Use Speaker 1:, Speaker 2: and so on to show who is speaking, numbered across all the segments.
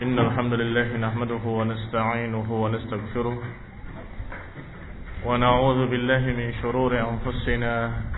Speaker 1: إن الحمد لله نحمده ونستعينه ونستغفره ونعوذ بالله من شرور أنفسنا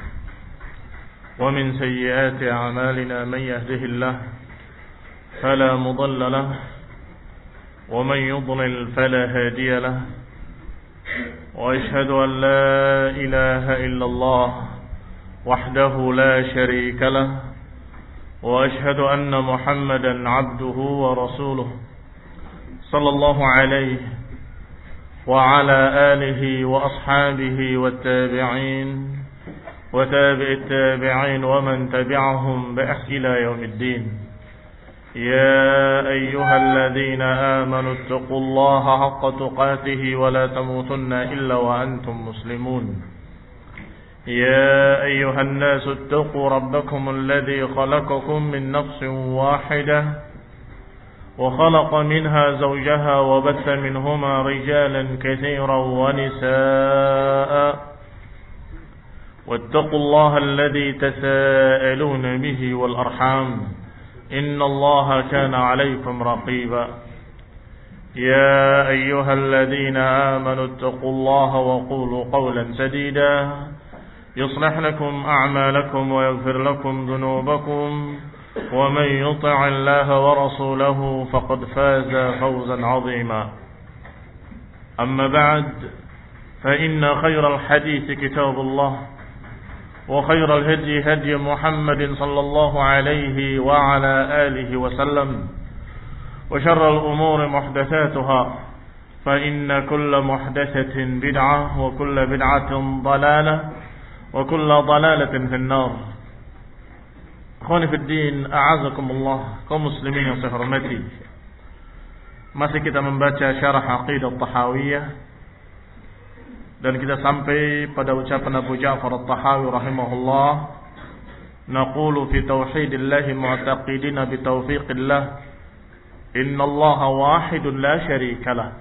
Speaker 1: ومن سيئات أعمالنا. من يهده الله فلا مضل له ومن يضلل فلا هادي له، وأشهد أن لا إله إلا الله وحده لا شريك له، وأشهد أن محمدا عبده ورسوله صلى الله عليه وعلى آله وأصحابه والتابعين وتابع التابعين ومن تبعهم بإحسان إلى يوم الدين. يا أيها الذين آمنوا اتقوا الله حق تقاته ولا تموتن إلا وأنتم مسلمون. يا أيها الناس اتقوا ربكم الذي خلقكم من نفس واحدة وخلق منها زوجها وبث منهما رجالا كثيرا ونساء، واتقوا الله الذي تساءلون به والأرحام إن الله كان عليكم رقيبا. يا أيها الذين آمنوا اتقوا الله وقولوا قولا سديدا يصلح لكم أعمالكم ويغفر لكم ذنوبكم، ومن يطع الله ورسوله فقد فاز فوزا عظيما. أما بعد، فإن خير الحديث كتاب الله، وخير الهدي هدي محمد صلى الله عليه وعلى آله وسلم، وشر الأمور محدثاتها، فإن كل محدثة بدعة وكل بدعة ضلالة وكل ضلالة في النار. Ikhwani fid din, a'azakumullah, kaum muslimin yang saya hormati. Masih kita membaca syarah Aqidah Tahawiyah dan kita sampai pada ucapan Abu Ja'far At-Tahawi rahimahullah, naqulu fi tauhidillah mu'taqidina bi taufiqillah innallaha wahidun la syarikalah.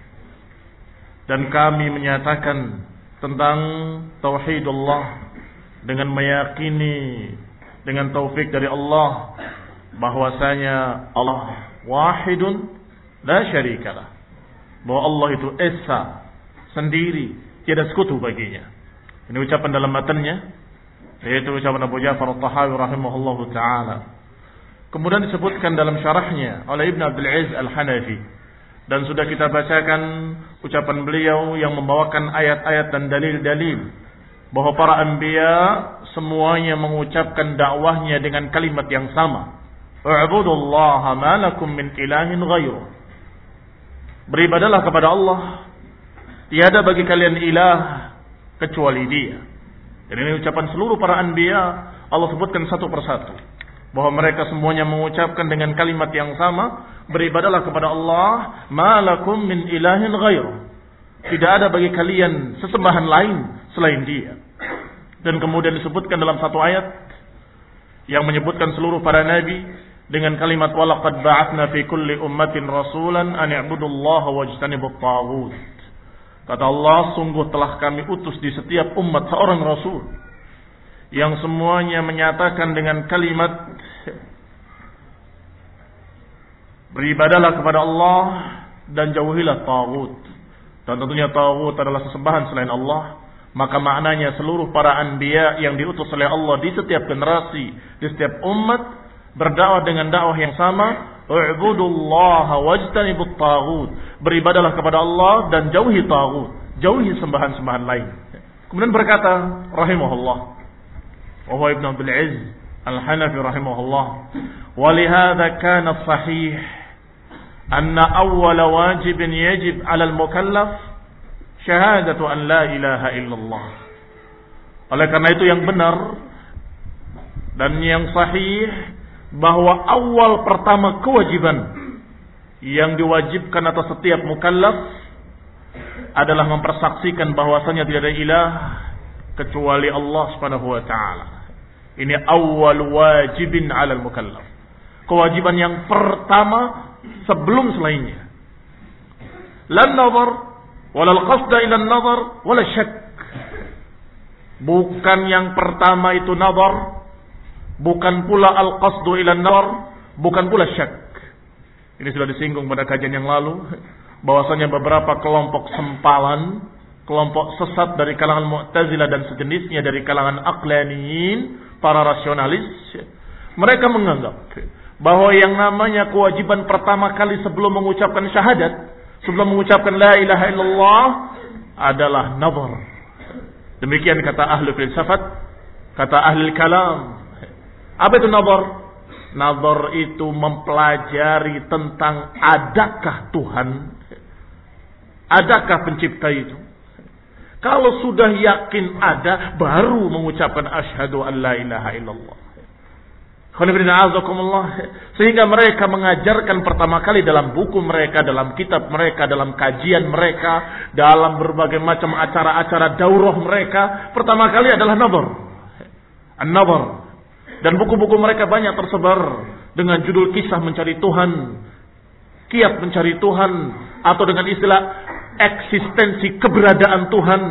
Speaker 1: Dan kami menyatakan tentang tauhidullah dengan meyakini dengan taufik dari Allah bahwasanya Allah wahidun la syarikalah, bahwa Allah itu esa, sendiri, tiada sekutu baginya. Ini ucapan dalam matanya, yaitu ucapan Abu Ja'far At-Tahawi rahimahullahu taala. Kemudian disebutkan dalam syarahnya oleh Ibn Abdul Aziz Al-Hanafi, dan sudah kita bacakan ucapan beliau yang membawakan ayat-ayat dan dalil-dalil bahwa para anbiya semuanya mengucapkan dakwahnya dengan kalimat yang sama, u'budullaha ma lakum min ilahin ghairuh. Beribadalah kepada Allah, tiada bagi kalian ilah kecuali Dia. Dan ini ucapan seluruh para anbiya. Allah sebutkan satu persatu bahwa mereka semuanya mengucapkan dengan kalimat yang sama, beribadalah kepada Allah, ma lakum min ilahin ghairuh. Tidak ada bagi kalian sesembahan lain selain Dia. Dan kemudian disebutkan dalam satu ayat yang menyebutkan seluruh para nabi dengan kalimat walaqad ba'atsna fi kulli ummatin rasulan an i'budullaha wajtanibut taghut. Kata Allah, sungguh telah kami utus di setiap umat seorang rasul yang semuanya menyatakan dengan kalimat beribadalah kepada Allah dan jauhilah taghut. Dan tentunya taghut adalah sesembahan selain Allah. Maka maknanya seluruh para anbiya yang diutus oleh Allah di setiap generasi, di setiap umat, berdakwah dengan dakwah yang sama, u'budullaha wajtanibut taghut. Beribadalah kepada Allah dan jauhi taghut, jauhi sembahan-sembahan lain. Kemudian berkata rahimahullah, wa huwa Ibn Abdul Aziz Al-Hanafi rahimahullah, wa lihadza kana sahih anna awwala wajibin yajib 'ala al-mukallaf syahadatu an la ilaha illallah. Oleh karena itu yang benar dan yang sahih bahwa awal pertama kewajiban yang diwajibkan atas setiap mukallaf adalah mempersaksikan bahwasanya tidak ada ilah kecuali Allah Subhanahu wa taala. Ini awal wajibin 'alal mukallaf. Kewajiban yang pertama sebelum selainnya. Lan nazar walal qasda ila nazar wala syak. Bukan yang pertama itu nazar, bukan pula al-qasdu ila nazar, bukan pula syak. Ini sudah disinggung pada kajian yang lalu, bahwasanya beberapa kelompok sempalan, kelompok sesat dari kalangan Mu'tazilah dan sejenisnya dari kalangan aqlaniyin, para rasionalis, mereka menganggap bahwa yang namanya kewajiban pertama kali sebelum mengucapkan syahadat, sebelum mengucapkan la ilaha illallah adalah nazar. Demikian kata ahli filsafat, kata ahli kalam. Apa itu nazar? Nazar itu mempelajari tentang adakah Tuhan, adakah pencipta itu. Kalau sudah yakin ada, baru mengucapkan asyhadu an la ilaha illallah. Sehingga mereka mengajarkan pertama kali dalam buku mereka, dalam kitab mereka, dalam kajian mereka, dalam berbagai macam acara-acara daurah mereka, pertama kali adalah nazar. An-nazar. Dan buku-buku mereka banyak tersebar dengan judul kisah mencari Tuhan, kiat mencari Tuhan, atau dengan istilah eksistensi keberadaan Tuhan.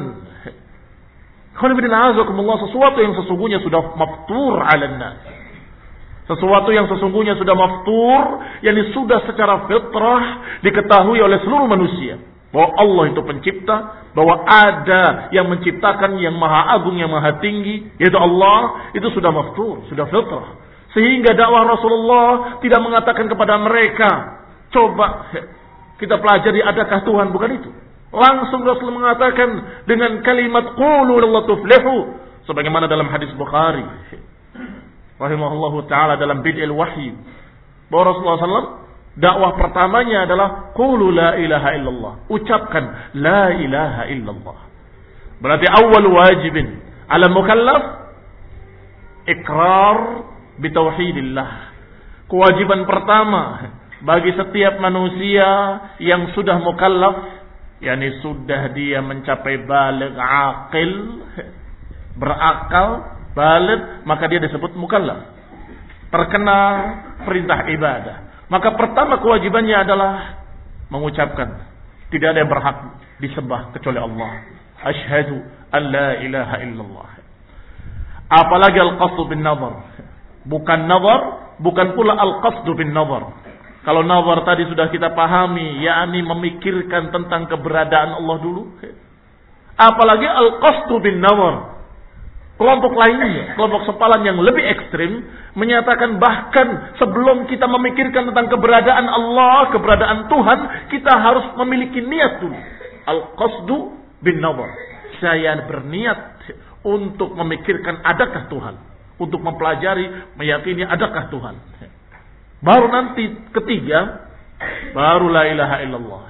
Speaker 1: Sesuatu yang sesungguhnya sudah maftur 'alan nas. Sesuatu yang sesungguhnya sudah maftur, yakni sudah secara fitrah diketahui oleh seluruh manusia bahwa Allah itu pencipta, bahwa ada yang menciptakan, yang maha agung, yang maha tinggi, yaitu Allah. Itu sudah maftur, sudah fitrah. Sehingga dakwah Rasulullah tidak mengatakan kepada mereka, coba kita pelajari adakah Tuhan, bukan itu. Langsung Rasul mengatakan dengan kalimat qulu la tuflihu, sebagaimana dalam hadis Bukhari rahimahullahu taala dalam Bid'il Wahyi, bahwa Rasulullah SAW dakwah pertamanya adalah qulu la ilaha illallah, ucapkan la ilaha illallah. Berarti awal wajibin ala mukallaf ikrar bitauhidillah. Kewajiban pertama bagi setiap manusia yang sudah mukallaf, yakni sudah dia mencapai baligh aqil, berakal, baligh, maka dia disebut mukallaf, terkena perintah ibadah. Maka pertama kewajibannya adalah mengucapkan tidak ada yang berhak disembah kecuali Allah. Asyhadu an la ilaha illallah. Apalagi al-qasdu bin nazar. Bukan nazar, bukan pula al-qasdu bin nazar. Kalau nazar tadi sudah kita pahami, yakni memikirkan tentang keberadaan Allah dulu. Apalagi al-qasdu bin nazar. Kelompok lainnya, kelompok sempalan yang lebih ekstrim, menyatakan bahkan sebelum kita memikirkan tentang keberadaan Allah, keberadaan Tuhan, kita harus memiliki niat dulu. Al-qasdu bin nazar. Saya berniat untuk memikirkan adakah Tuhan, untuk mempelajari, meyakini adakah Tuhan. Baru nanti ketiga, baru la ilaha illallah.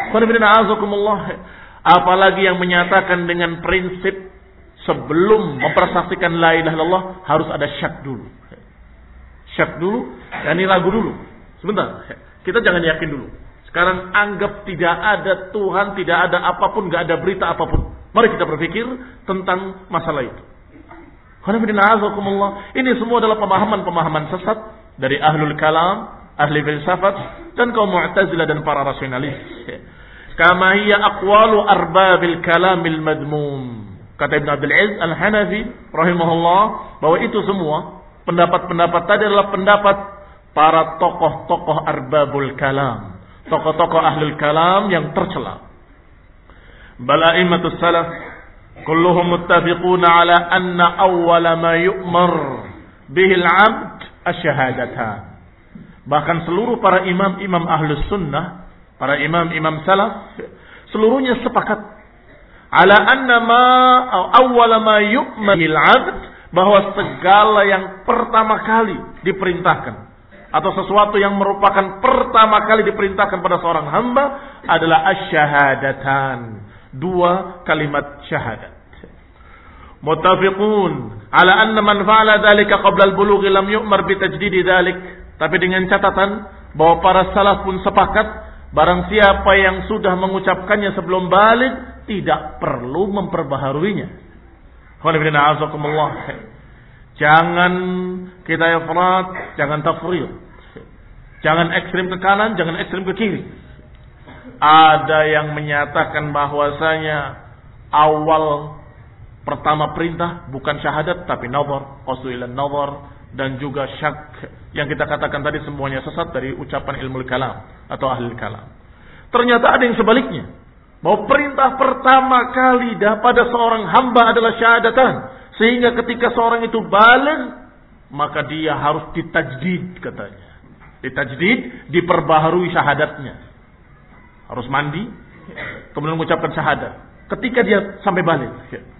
Speaker 1: Apalagi yang menyatakan dengan prinsip sebelum mempersaksikan la ilaha illallah harus ada syak dulu. Syak dulu, yakni ragu dulu. Sebentar, kita jangan yakin dulu. Sekarang anggap tidak ada Tuhan, tidak ada apapun, tidak ada berita apapun. Mari kita berpikir tentang masalah itu. Ini semua adalah pemahaman-pemahaman sesat dari ahlul kalam, ahli filsafat, dan kaum Mu'tazilah dan para rasionalis. Kama hiya aqwalu arbabil kalamil madmum. Kata Ibn Abdul Aziz Al-Hanafi rahimahullah, bahwa itu semua pendapat-pendapat tadi adalah pendapat para tokoh-tokoh arbabul kalam, tokoh-tokoh ahlul kalam yang tercela. Balaimatus salaf kulluhum muttafiquna ala anna awwala ma yu'mar bihi al-'abd asyhadatan. Bahkan seluruh para imam-imam ahlus sunnah, para imam-imam salaf, seluruhnya sepakat ala anna ma awwala ma yu'mar bil 'abd, bahwa segala yang pertama kali diperintahkan atau sesuatu yang merupakan pertama kali diperintahkan pada seorang hamba adalah asyhadatan, dua kalimat syahadat. Muttafiqun ala anna man fa'ala dzalika qabla al-bulugh lam yu'mar bi tajdidi dzalik. Tapi dengan catatan bahwa para salaf pun sepakat, barang siapa yang sudah mengucapkannya sebelum baligh tidak perlu memperbaharuinya. Jangan kita ifrat, jangan tafrid. Jangan ekstrim ke kanan, jangan ekstrim ke kiri. Ada yang menyatakan bahwasanya awal pertama perintah bukan syahadat tapi nazar, qasdu ila nazar, dan juga syak, Yang kita katakan tadi semuanya sesat dari ucapan ilmu kalam atau ahli kalam. Ternyata ada yang sebaliknya. Bahwa perintah pertama kali pada seorang hamba adalah syahadatan. Sehingga ketika seorang itu baligh, maka dia harus ditajdid katanya. Ditajdid, diperbaharui syahadatnya. Harus mandi, kemudian mengucapkan syahadat. Ketika dia sampai baligh.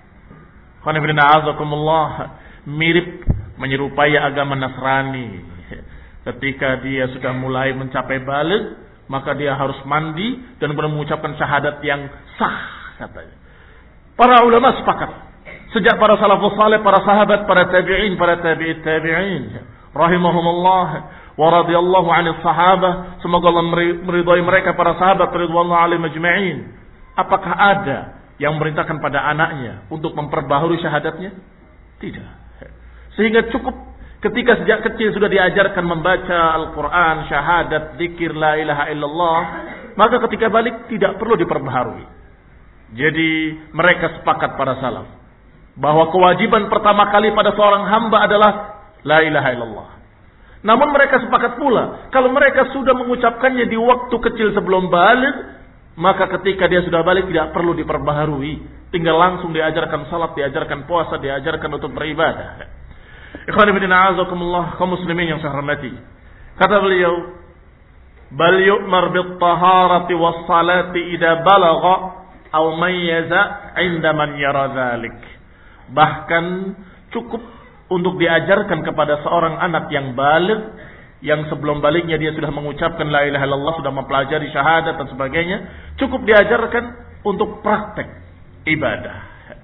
Speaker 1: Mirip menyerupai agama Nasrani. Ketika dia sudah mulai mencapai baligh, maka dia harus mandi dan kemudian mengucapkan syahadat yang sah katanya. Para ulama sepakat. Sejak para salafus saleh, para sahabat, para tabi'in, para tabi'it tabi'in, rahimahumullah wa radhiyallahu 'anil sahabah, semoga Allah meridhai mereka para sahabat radhiyallahu 'alaihim ajma'in. Apakah ada yang memerintahkan pada anaknya untuk memperbaharui syahadatnya? Tidak. Sehingga cukup ketika sejak kecil sudah diajarkan membaca Al-Quran, syahadat, zikir, la ilaha illallah, maka ketika balik tidak perlu diperbaharui. Jadi mereka sepakat para salaf bahwa kewajiban pertama kali pada seorang hamba adalah la ilaha illallah. Namun mereka sepakat pula kalau mereka sudah mengucapkannya di waktu kecil sebelum balik, maka ketika dia sudah balik tidak perlu diperbaharui, tinggal langsung diajarkan salat, diajarkan puasa, diajarkan untuk beribadah. Ikhwan fillah a'azakumullah, kaum muslimin yang saya hormati. Kata beliau, bal yu'mar bit taharati was salati idza balagha aw mayyaza 'inda man yara dzalik. Bahkan cukup untuk diajarkan kepada seorang anak yang baligh, yang sebelum baliknya dia sudah mengucapkan la ilaha illallah, sudah mempelajari syahadat dan sebagainya, cukup diajarkan untuk praktek ibadah.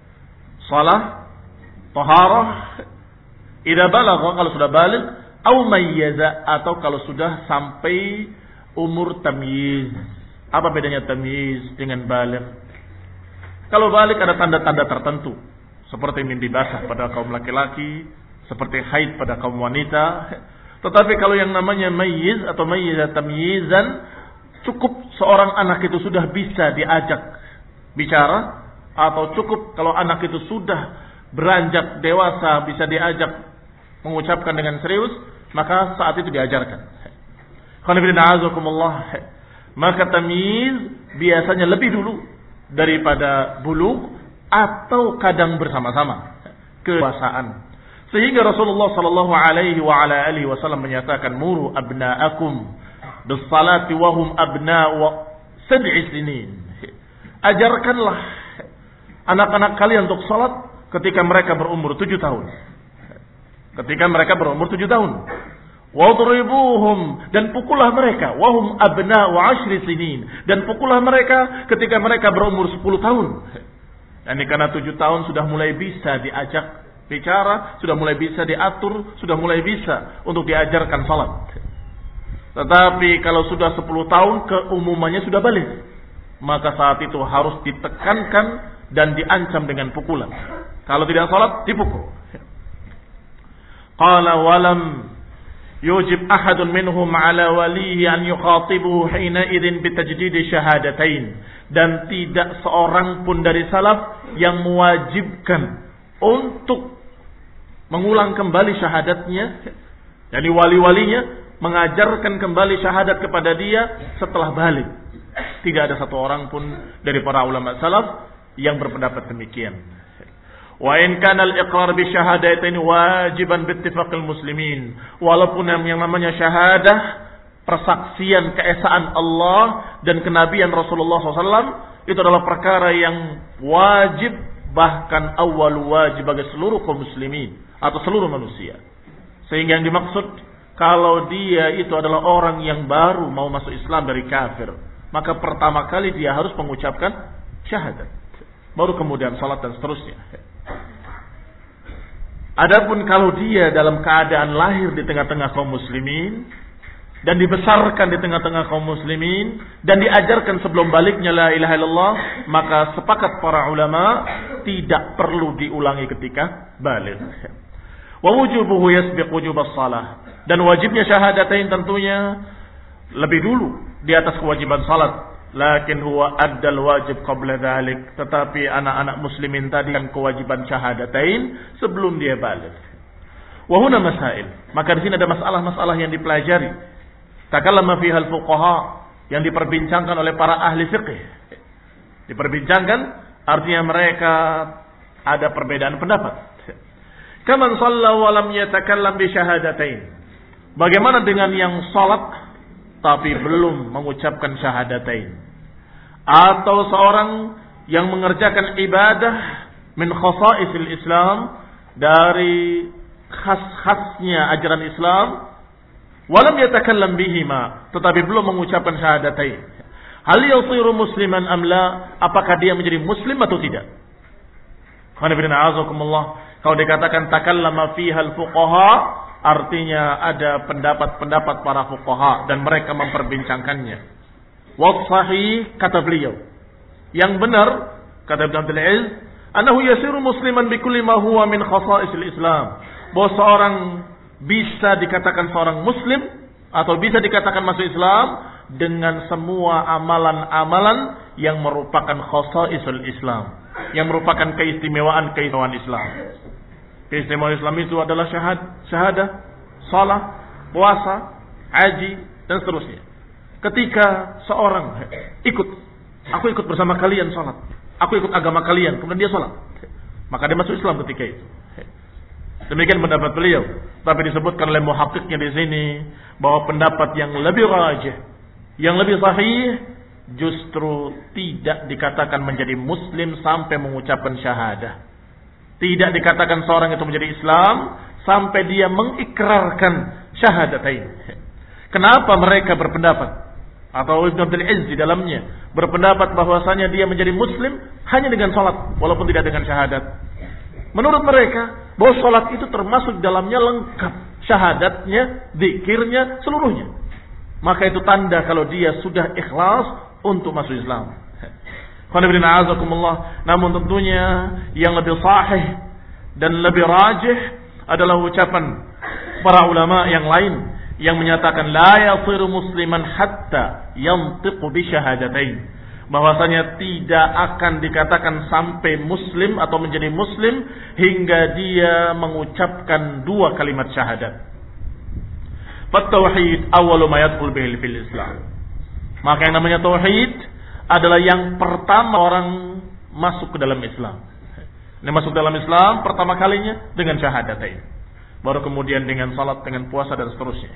Speaker 1: Salah, taharah, idza balagha kalau sudah baligh, au mayyaza atau kalau sudah sampai umur tamyiz. Apa bedanya tamyiz dengan baligh? Kalau baligh ada tanda-tanda tertentu, seperti mimpi basah pada kaum laki-laki, seperti haid pada kaum wanita. Tetapi kalau yang namanya mayyiz atau mayyiza tamyizan, cukup seorang anak itu sudah bisa diajak bicara, atau cukup kalau anak itu sudah beranjak dewasa bisa diajak mengucapkan dengan serius, maka saat itu diajarkan. Maka tamyiz biasanya lebih dulu daripada bulugh atau kadang bersama-sama kedewasaan. Sehingga Rasulullah sallallahu alaihi wa ala alihi wasallam menyatakan, muru abna'akum bis salati wa hum abna'u sab'i sinin. Ajarkanlah anak-anak kalian untuk salat ketika mereka berumur 7 tahun. Ketika mereka berumur 7 tahun. Wadribuhum, dan pukullah mereka wa hum abna'u 10 sinin, dan pukullah mereka ketika mereka berumur 10 tahun. Dan karena 7 tahun sudah mulai bisa diajak bicara, sudah mulai bisa diatur, sudah mulai bisa untuk diajarkan salat. Tetapi kalau sudah 10 tahun keumumannya sudah balik, maka saat itu harus ditekankan dan diancam dengan pukulan. Kalau tidak salat dipukul. Qala walam yujib ahadun minhum ala walihi an yukhatibuhu hina idzin bitajdid syahadatain, dan tidak seorang pun dari salaf yang mewajibkan untuk mengulang kembali syahadatnya, jadi wali-walinya mengajarkan kembali syahadat kepada dia setelah balik. Tidak ada satu orang pun dari para ulama salaf yang berpendapat demikian. Wa in kana al-iqrar bi syahadatain wajiban bi ittifaqil muslimin, walaupun yang namanya syahadah, persaksian keesaan Allah dan kenabian Rasulullah SAW, itu adalah perkara yang wajib, bahkan awal wajib bagi seluruh kaum muslimin atau seluruh manusia. Sehingga yang dimaksud, kalau dia itu adalah orang yang baru mau masuk Islam dari kafir, maka pertama kali dia harus mengucapkan syahadat, baru kemudian salat dan seterusnya. Adapun kalau dia dalam keadaan lahir di tengah-tengah kaum muslimin dan dibesarkan di tengah-tengah kaum muslimin dan diajarkan sebelum baliknya la ilaha illallah, maka sepakat para ulama tidak perlu diulangi ketika balik. Wa wujubuhu yasbiq wujubas shalah, dan wajibnya syahadatain tentunya lebih dulu di atas kewajiban salat. Lakin huwa addal wajib qabla dzalik, tetapi anak-anak muslimin tadi kan kewajiban syahadatain sebelum dia balik. Wa huna masail. Maka di sini ada masalah-masalah yang dipelajari. Takallama fiha al-fuqaha, yang diperbincangkan oleh para ahli fiqh. Diperbincangkan artinya mereka ada perbedaan pendapat. Kaman shalla wa lam yatakallam bi syahadatain. Bagaimana dengan yang salat tapi belum mengucapkan syahadatain? Atau seorang yang mengerjakan ibadah min khasa'isil Islam, dari khas-khasnya ajaran Islam, walam yatakallam bihima, tetapi belum mengucapkan syahadatain. Hal yasiru musliman am la? Apakah dia menjadi muslim atau tidak? Kalau dikatakan takallama fiha al-fuqaha, artinya ada pendapat-pendapat para fuqaha dan mereka memperbincangkannya. Wassahih, kata beliau, yang benar, kata Ibn Abdul Aziz, annahu yasiru musliman bikulli ma huwa min khasa'isil Islam. Bahwa seorang bisa dikatakan seorang muslim atau bisa dikatakan masuk Islam dengan semua amalan-amalan yang merupakan khasa'isul Islam, yang merupakan keistimewaan Islam. Keistimewaan Islam itu adalah syahadah, salat, puasa, haji, dan seterusnya. Ketika seorang aku ikut bersama kalian salat, aku ikut agama kalian, kemudian dia salat, maka dia masuk Islam ketika itu. Demikian pendapat beliau. Tapi disebutkan oleh muhaqqiqnya di sini bahwa pendapat yang lebih rajih, yang lebih sahih, justru tidak dikatakan menjadi muslim sampai mengucapkan syahadah. Tidak dikatakan seorang itu menjadi Islam sampai dia mengikrarkan syahadatain. Kenapa mereka berpendapat, atau Ibn Abdul Aziz di dalamnya berpendapat bahwasanya dia menjadi muslim hanya dengan salat walaupun tidak dengan syahadat? Menurut mereka bahwa salat itu termasuk dalamnya lengkap, syahadatnya, zikirnya, seluruhnya. Maka itu tanda kalau dia sudah ikhlas untuk masuk Islam. Namun tentunya yang lebih sahih dan lebih rajih adalah ucapan para ulama yang lain yang menyatakan la yasiru musliman hatta yantiqu bi syahadatain, bahwasanya tidak akan dikatakan sampai muslim atau menjadi muslim hingga dia mengucapkan dua kalimat syahadat. At-tauhid awwalu ma yadkhul bihi fil Islam. Maka yang namanya tauhid adalah yang pertama orang masuk ke dalam Islam. Ini masuk dalam Islam pertama kalinya dengan syahadatain. Baru kemudian dengan salat, dengan puasa dan seterusnya.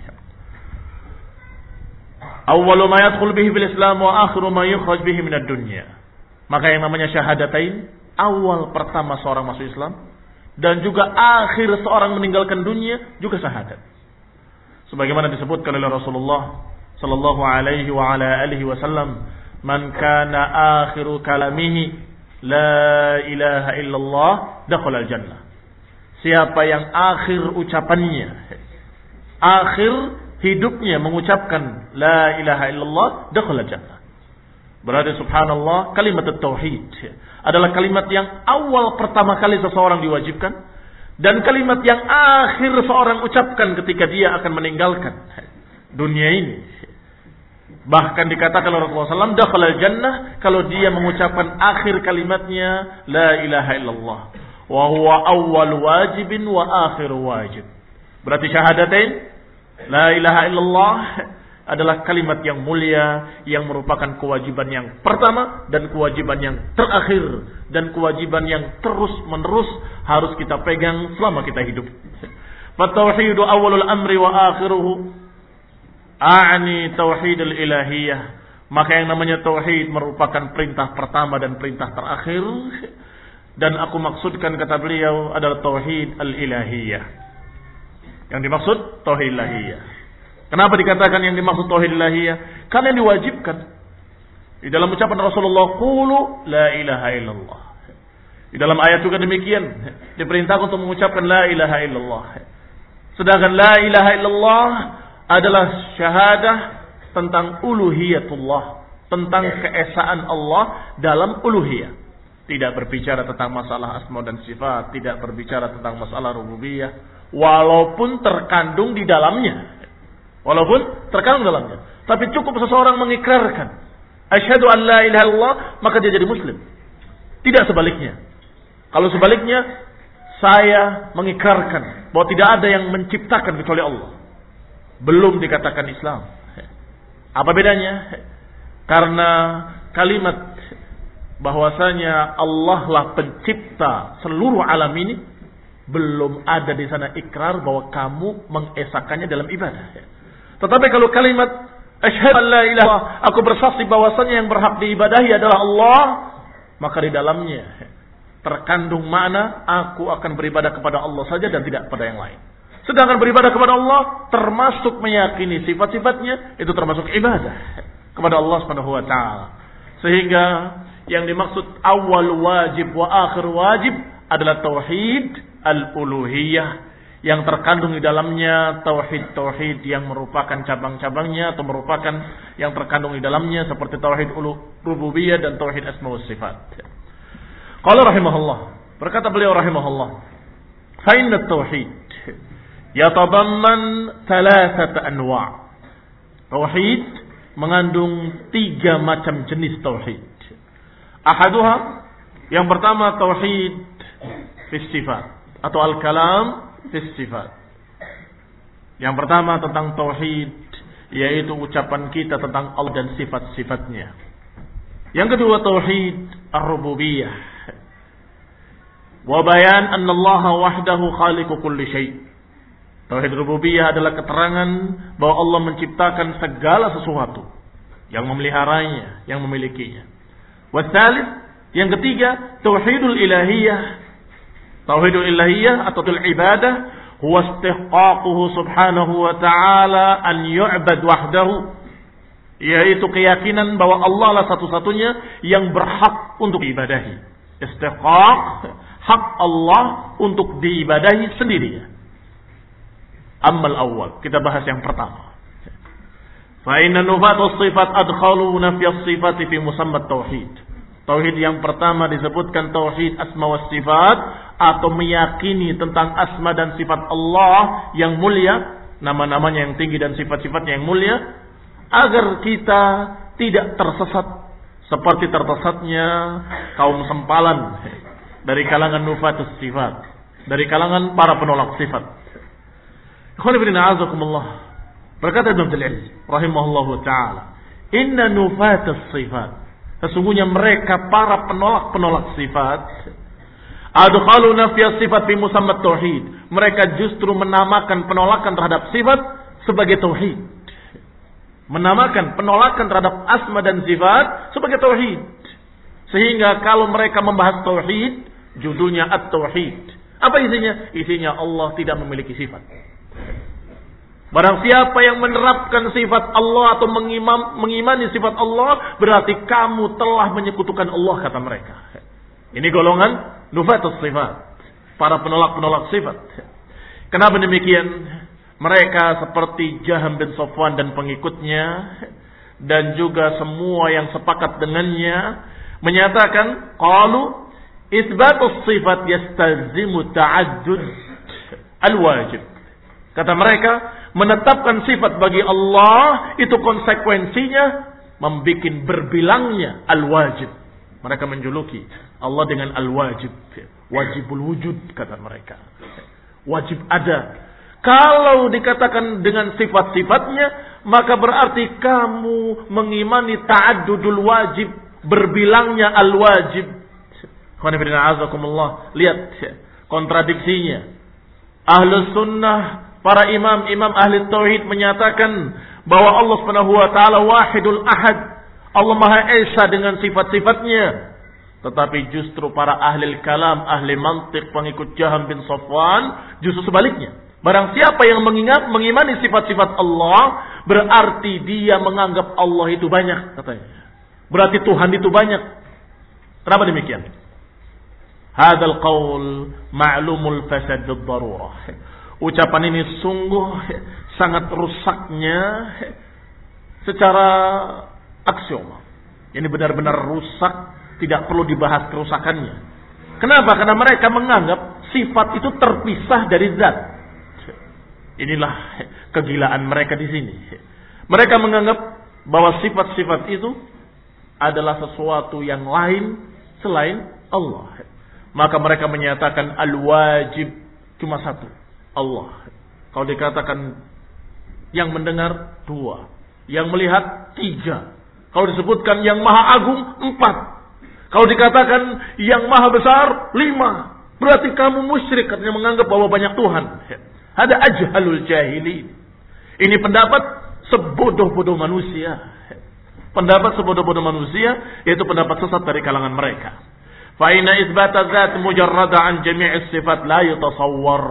Speaker 1: Awwalu ma yadkhul bihi fil Islam wa akhiru ma yukhraj bihi minad dunya. Maka yang namanya syahadatain, awal pertama seorang masuk Islam dan juga akhir seorang meninggalkan dunia juga syahadat. Sebagaimana disebutkan oleh Rasulullah sallallahu alaihi wa ala alihi wasallam, man kana akhiru kalamihi la ilaha illallah dakhala al-jannah. Siapa yang akhir ucapannya, akhir hidupnya mengucapkan la ilaha illallah dakhala al-jannah. Berarti subhanallah, kalimat tauhid adalah kalimat yang awal pertama kali seseorang diwajibkan dan kalimat yang akhir seorang ucapkan ketika dia akan meninggalkan dunia ini. Bahkan dikatakan oleh Rasulullah SAW, dakhala al-jannah, kalau dia mengucapkan akhir kalimatnya la ilaha illallah wa huwa awwal wajibin wa akhir wajib. Berarti syahadatain, la ilaha illallah adalah kalimat yang mulia yang merupakan kewajiban yang pertama dan kewajiban yang terakhir dan kewajiban yang terus menerus harus kita pegang selama kita hidup. Fa-tauhidu awwalul amri wa akhiruhu a'ni tauhidul ilahiyah. Maka yang namanya tauhid merupakan perintah pertama dan perintah terakhir, dan aku maksudkan, kata beliau, adalah tauhid al-ilahiyah. Yang dimaksud tauhid ilahiyah. Kenapa dikatakan yang dimaksud tauhid ilahiyah? Karena yang diwajibkan di dalam ucapan Rasulullah, qulu la ilaha illallah. Di dalam ayat juga demikian, diperintahkan untuk mengucapkan la ilaha illallah. Sedangkan la ilaha illallah adalah syahadah tentang uluhiyatullah, tentang keesaan Allah dalam uluhiyah. Tidak berbicara tentang masalah asma dan sifat, tidak berbicara tentang masalah rububiyah, walaupun terkandung di dalamnya. Tapi cukup seseorang mengikrarkan asyhadu an la ilaha illallah, maka dia jadi muslim. Tidak sebaliknya. Kalau sebaliknya, saya mengikrarkan bahwa tidak ada yang menciptakan kecuali Allah, belum dikatakan Islam. Apa bedanya? Karena kalimat bahwasanya Allah lah pencipta seluruh alam ini, belum ada di sana ikrar bahwa kamu mengesakannya dalam ibadah. Tetapi kalau kalimat asyhadu an la ilaha, aku bersaksi bahwasanya yang berhak diibadahi adalah Allah, maka di dalamnya terkandung makna aku akan beribadah kepada Allah saja dan tidak kepada yang lain. Sedangkan beribadah kepada Allah termasuk meyakini sifat-sifatnya, itu termasuk ibadah kepada Allah Subhanahu wa taala. Sehingga yang dimaksud awal wajib wa akhir wajib adalah tauhid al-uluhiyah, yang terkandung di dalamnya tauhid-tauhid yang merupakan cabang-cabangnya atau merupakan yang terkandung di dalamnya seperti tauhid rububiyah dan tauhid asma wa sifat. Qala rahimahullah, berkata beliau rahimahullah, fa inna tauhid yatadamman thalathata anwa'. Tauhid mengandung 3 macam jenis tauhid. Ahaduha, yang pertama tauhid fi sifat atau al-kalam fi sifat. Yang pertama tentang tauhid, yaitu ucapan kita tentang Allah dan sifat-sifatnya. Yang kedua tauhid ar-rububiyah, wa bayan anna Allah wahdahu khaliqu kulli syai'. Tauhid rububiyah adalah keterangan bahwa Allah menciptakan segala sesuatu, yang memeliharanya, yang memilikinya. Wasalith, yang ketiga tauhidul ilahiyah. Tauhidul ilahiyah atau ibadah huwa istihqaquhu subhanahu wa ta'ala an yu'bad wahdahu, yaitu keyakinan bahwa Allah lah satu-satunya yang berhak untuk diibadahi. Istihqaq, hak Allah untuk diibadahi sendirinya. Ammal awal, kita bahas yang pertama. Fa inna nufatus sifat adkhalu nafyas sifati fi musammat tauhid. Tauhid yang pertama disebutkan tauhid asma was sifat, atau meyakini tentang asma dan sifat Allah yang mulia, nama-namanya yang tinggi dan sifat-sifatnya yang mulia, agar kita tidak tersesat seperti tersesatnya kaum sempalan dari kalangan nufatus sifat, dari kalangan para penolak sifat. Berkata Ibnu Abdul Aziz rahimahullahu taala, inna nufatus sifat, sesungguhnya mereka para penolak sifat, adkhalu nafyas sifat fi musammat tauhid, mereka justru menamakan penolakan terhadap sifat sebagai tauhid, menamakan penolakan terhadap asma dan sifat sebagai tauhid. Sehingga kalau mereka membahas tauhid, judulnya at-tauhid. Apa isinya? Isinya Allah tidak memiliki sifat. Barang siapa yang menerapkan sifat Allah atau mengimani sifat Allah, berarti kamu telah menyekutukan Allah, kata mereka. Ini golongan nufatus sifat, para penolak-penolak sifat. Kenapa demikian? Mereka seperti Jaham bin Safwan dan pengikutnya, dan juga semua yang sepakat dengannya, menyatakan qalu isbatus sifat yastazimu ta'addud al-wajib. Kata mereka, menetapkan sifat bagi Allah itu konsekuensinya membuat berbilangnya al-wajib. Mereka menjuluki Allah dengan al-wajib, wajibul wujud, kata mereka. Wajib ada. Kalau dikatakan dengan sifat-sifatnya, maka berarti kamu mengimani ta'addudul wajib, berbilangnya al-wajib. Lihat kontradiksinya. Ahlus sunnah, para imam-imam ahli tauhid menyatakan bahwa Allah Subhanahu wa taala wahidul ahad. Allah Maha Esa dengan sifat-sifatnya. Tetapi justru para ahli kalam, ahli mantiq, pengikut Jaham bin Safwan, justru sebaliknya. Barang siapa yang mengimani sifat-sifat Allah, berarti dia menganggap Allah itu banyak, katanya. Berarti Tuhan itu banyak. Kenapa demikian? Hadzal qaul ma'lumul fasad ad-darurah. Ucapan ini sungguh sangat rusaknya secara aksioma. Ini benar-benar rusak, tidak perlu dibahas kerusakannya. Kenapa? Karena mereka menganggap sifat itu terpisah dari zat. Inilah kegilaan mereka di sini. Mereka menganggap bahwa sifat-sifat itu adalah sesuatu yang lain selain Allah. Maka mereka menyatakan al-wajib cuma satu, Allah. Kalau dikatakan yang mendengar 2, yang melihat 3. Kalau disebutkan yang maha agung 4. Kalau dikatakan yang maha besar 5. Berarti kamu musyrik karena menganggap bahwa banyak Tuhan. Ada ajhalul jahilin. Ini pendapat sebodoh-bodoh manusia. Pendapat sebodoh-bodoh manusia, yaitu pendapat sesat dari kalangan mereka. Fa inna itsbata dzat mujarrada an jami'is sifat la yatasawwar.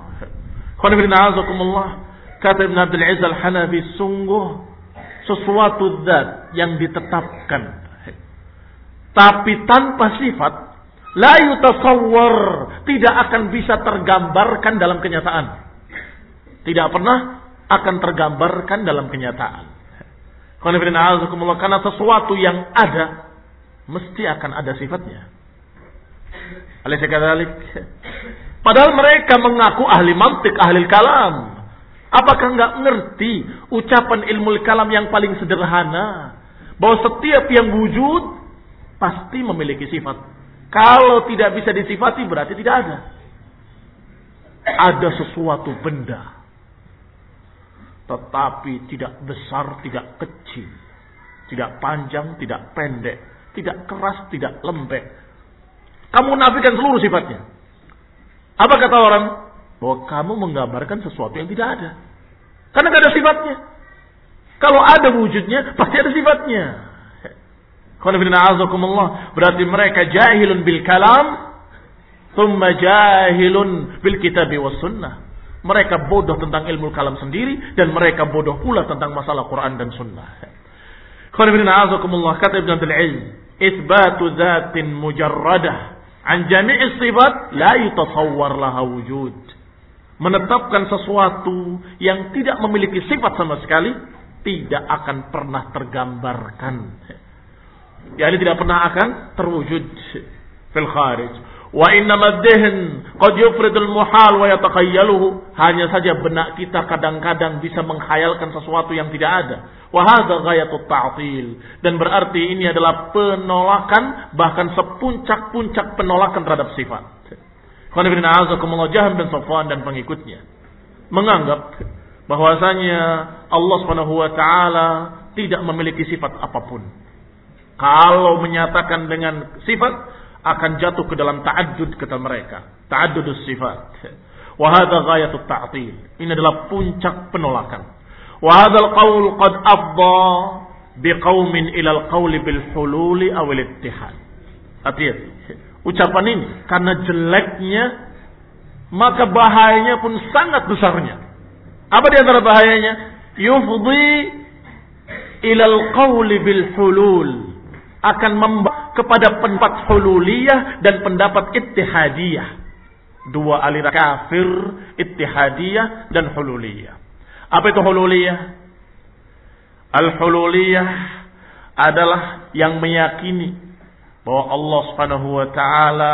Speaker 1: Kata Ibn Abdul Aziz Al-Hanafi, sungguh sesuatu zat yang ditetapkan tapi tanpa sifat, la yutasawwar, tidak akan bisa tergambarkan dalam kenyataan. Tidak pernah akan tergambarkan dalam kenyataan. Karena sesuatu yang ada mesti akan ada sifatnya. Alaysa kadzalik? Padahal mereka mengaku ahli mantik, ahli kalam. Apakah enggak ngerti ucapan ilmu kalam yang paling sederhana, bahwa setiap yang wujud pasti memiliki sifat. Kalau tidak bisa disifati berarti tidak ada. Ada sesuatu benda, tetapi tidak besar, tidak kecil, tidak panjang, tidak pendek, tidak keras, tidak lembek. Kamu menafikan seluruh sifatnya. Apa kata orang? Bahwa kamu menggambarkan sesuatu yang tidak ada. Karena tidak ada sifatnya. Kalau ada wujudnya, pasti ada sifatnya. Berarti mereka jahilun bil kalam, thumma jahilun bil kitabi was sunnah. Mereka bodoh tentang ilmu kalam sendiri, dan mereka bodoh pula tentang masalah Quran dan sunnah. Kata Ibn Abdul Aziz, itsbatu dzatin mujarradah an jami'is sifat la yutasawwar laha wujud. Menetapkan sesuatu yang tidak memiliki sifat sama sekali tidak akan pernah tergambarkan. Yani tidak pernah akan terwujud fil kharij. Wa innama dhihn qad yufridul muhal wa yatakhayyaluhu. Hanya saja benak kita kadang-kadang bisa menghayalkan sesuatu yang tidak ada. Wa hadza ghayatut ta'til. Dan berarti ini adalah penolakan, bahkan sepuncak-puncak penolakan terhadap sifat. Jahm bin Safwan dan pengikutnya menganggap bahwasanya Allah Subhanahu wa taala tidak memiliki sifat apapun. Kalau menyatakan dengan sifat akan jatuh ke dalam ta'addud, kata mereka. Ta'addudus sifat. Wa hadza ghayatut ta'til. Ini adalah puncak penolakan. Wa hadzal qaul qad afdha biqaumin ila al-qaul bil hulul aw al-ittihad. Hati-hati. Ucapan ini karena jeleknya, maka bahayanya pun sangat besarnya. Apa di antara bahayanya? Yufdi ilal qawli bil hulul, akan membawa kepada pendapat hululiyah dan pendapat ittihadiyah. Dua aliran kafir, ittihadiyah dan hululiyah. Apa itu hululiyah? Al-hululiyah adalah yang meyakini bahwa Allah Subhanahu wa taala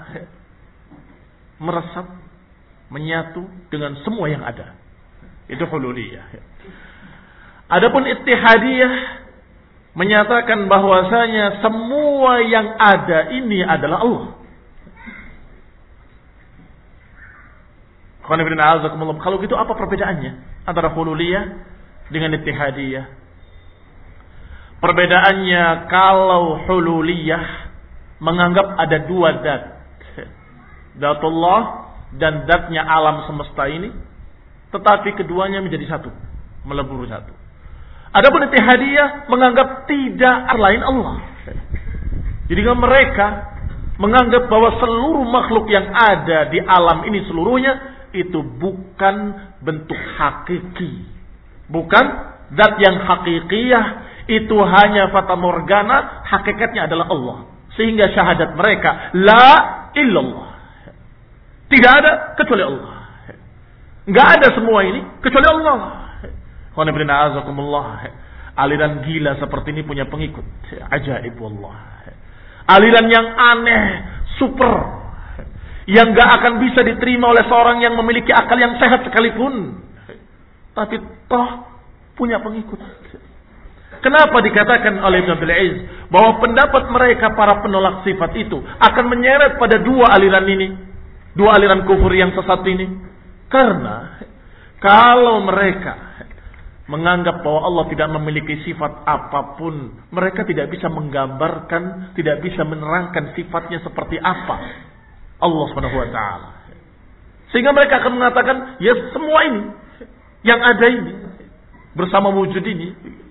Speaker 1: meresap, menyatu dengan semua yang ada. Itu hululiyah. Adapun ittihadiyah menyatakan bahwasanya semua yang ada ini adalah Allah. Kalau gitu apa perbedaannya antara hululiyah dengan ittihadiyah? Perbedaannya, kalau hululiyah menganggap ada dua zat, zatullah dan zatnya alam semesta ini, tetapi keduanya menjadi satu, melebur satu. Adapun ittihadiyah menganggap tidak lain Allah. Jadi mereka menganggap bahwa seluruh makhluk yang ada di alam ini seluruhnya itu bukan bentuk hakiki, bukan zat yang hakikiyah, itu hanya fata morgana, hakikatnya adalah Allah. Sehingga syahadat mereka la illallah, tidak ada kecuali Allah. Enggak ada semua ini kecuali Allah. Aliran gila seperti ini punya pengikut. Ajaib wallah. Aliran yang aneh, super, yang enggak akan bisa diterima oleh seorang yang memiliki akal yang sehat sekalipun. Tapi toh punya pengikut. Kenapa dikatakan oleh Ibn Abdul Aziz bahwa pendapat mereka para penolak sifat itu akan menyeret pada dua aliran ini, dua aliran kufur yang sesat ini? Karena kalau mereka menganggap bahwa Allah tidak memiliki sifat apapun, mereka tidak bisa menggambarkan, tidak bisa menerangkan sifatnya seperti apa Allah Subhanahu wa taala. Sehingga mereka akan mengatakan, ya semua ini yang ada ini bersama wujud ini.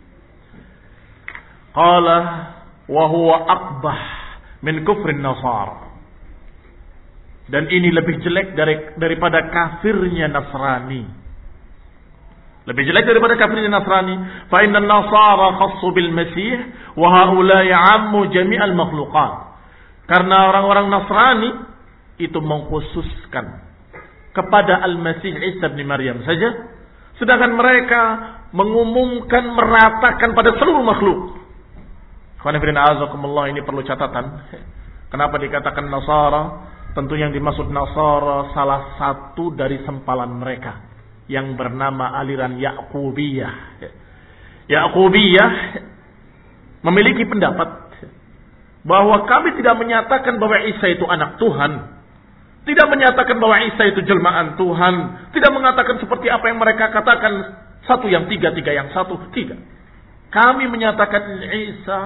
Speaker 1: Qala wa huwa aqbah min kufrin nasara. Dan ini lebih jelek daripada kafirnya Nasrani. Lebih jelek daripada kafirnya Nasrani. Fa inna an-nasara khassu bil masih wa haula'i 'ammu jami'al makhluqat. Karena orang-orang Nasrani itu mengkhususkan kepada Al-Masih Isa bin Maryam saja, sedangkan mereka mengumumkan, meratakan pada seluruh makhluk. Ini perlu catatan. Kenapa dikatakan Nasara? Tentu yang dimaksud Nasara salah satu dari sempalan mereka yang bernama aliran Ya'qubiyah. Ya'qubiyah memiliki pendapat bahwa kami tidak menyatakan bahwa Isa itu anak Tuhan, tidak menyatakan bahwa Isa itu jelmaan Tuhan, tidak mengatakan seperti apa yang mereka katakan, satu yang tiga, tiga yang satu, tidak. Kami menyatakan Isa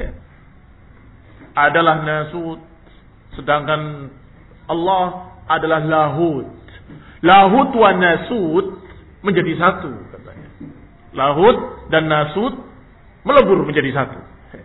Speaker 1: adalah Nasut, sedangkan Allah adalah Lahut. Lahut wa Nasut menjadi satu, katanya. Lahut dan Nasut melebur menjadi satu.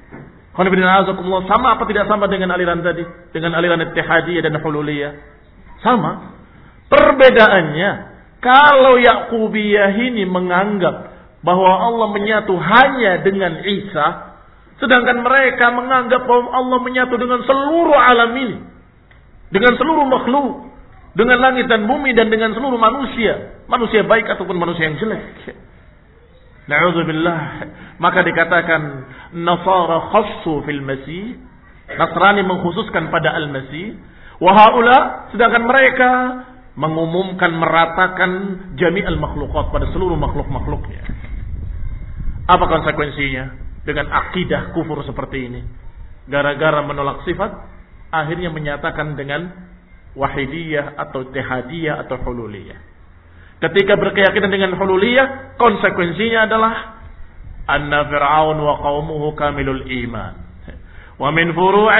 Speaker 1: Sama apa tidak sama dengan aliran tadi? Dengan aliran Ittihadiyah dan Hululiyah? Sama. Perbedaannya, kalau Ya'qubiyah ini menganggap bahwa Allah menyatu hanya dengan Isa, sedangkan mereka menganggap bahwa Allah menyatu dengan seluruh alam ini, dengan seluruh makhluk, dengan langit dan bumi, dan dengan seluruh manusia, manusia baik ataupun manusia yang jelek. Na'udzubillah. Maka dikatakan Nasara khassu fil Masih, Nasrani mengkhususkan pada Al-Masih, wa haula, sedangkan mereka mengumumkan, meratakan jami'al makhluqat, pada seluruh makhluk-makhluknya. Apa konsekuensinya dengan akidah kufur seperti ini? Gara-gara menolak sifat, akhirnya menyatakan dengan wahidiyah atau ittihadiyah atau hululiyah. Ketika berkeyakinan dengan hululiyah, konsekuensinya adalah anna fir'aun wa qaumuhu kamilul iman. Wa min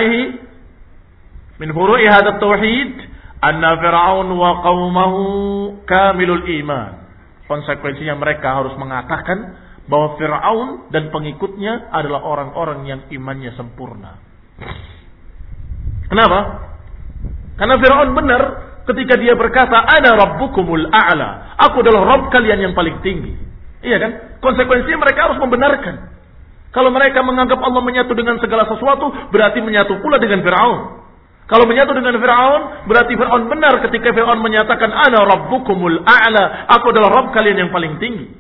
Speaker 1: furu'i hadha tauhid anna fir'aun wa qaumahu kamilul iman. Konsekuensinya mereka harus mengatakan bahwa Fir'aun dan pengikutnya adalah orang-orang yang imannya sempurna. Kenapa? Karena Fir'aun benar ketika dia berkata, Ana Rabbukumul A'la. Aku adalah Rabb kalian yang paling tinggi. Iya kan? Konsekuensinya mereka harus membenarkan. Kalau mereka menganggap Allah menyatu dengan segala sesuatu, berarti menyatu pula dengan Fir'aun. Kalau menyatu dengan Fir'aun, berarti Fir'aun benar ketika Fir'aun menyatakan, Ana Rabbukumul A'la. Aku adalah Rabb kalian yang paling tinggi.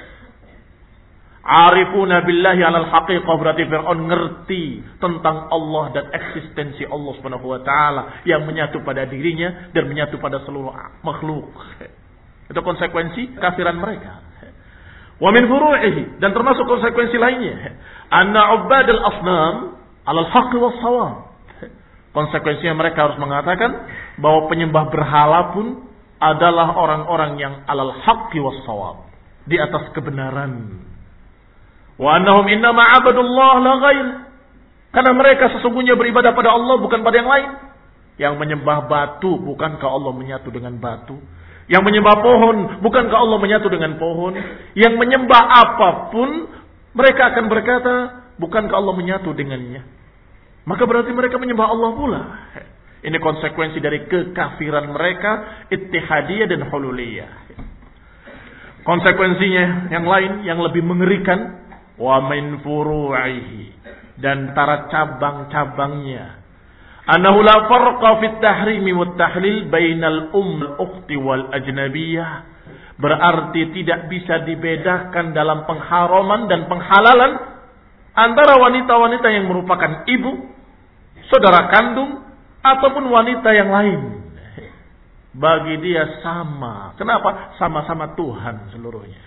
Speaker 1: Arifuna billahi alal haqiqah, berarti Fir'aun ngerti tentang Allah dan eksistensi Allah Subhanahu wa taala yang menyatu pada dirinya dan menyatu pada seluruh makhluk. Itu konsekuensi kafiran mereka. Wa min furu'ihi, dan termasuk konsekuensi lainnya, anna ubadul asnam alal haqqi was shawab. Konsekuensinya mereka harus mengatakan bahwa penyembah berhala pun adalah orang-orang yang alal haqqi was shawab, di atas kebenaran. Wa annahum innama abadullah la ghair. Karena mereka sesungguhnya beribadah pada Allah, bukan pada yang lain. Yang menyembah batu, bukankah Allah menyatu dengan batu? Yang menyembah pohon, bukankah Allah menyatu dengan pohon? Yang menyembah apapun, mereka akan berkata, bukankah Allah menyatu dengannya? Maka berarti mereka menyembah Allah pula. Ini konsekuensi dari kekafiran mereka, ittihadiyah dan hululiyah. Konsekuensinya yang lain, yang lebih mengerikan, wa min furu'ihi, dan para cabang-cabangnya, annahu la farqa fit tahrimi wat tahlil bainal ukhti wal ajnabiyah, berarti tidak bisa dibedakan dalam pengharaman dan penghalalan antara wanita-wanita yang merupakan ibu, saudara kandung, ataupun wanita yang lain. Bagi dia sama. Kenapa? Sama-sama Tuhan seluruhnya.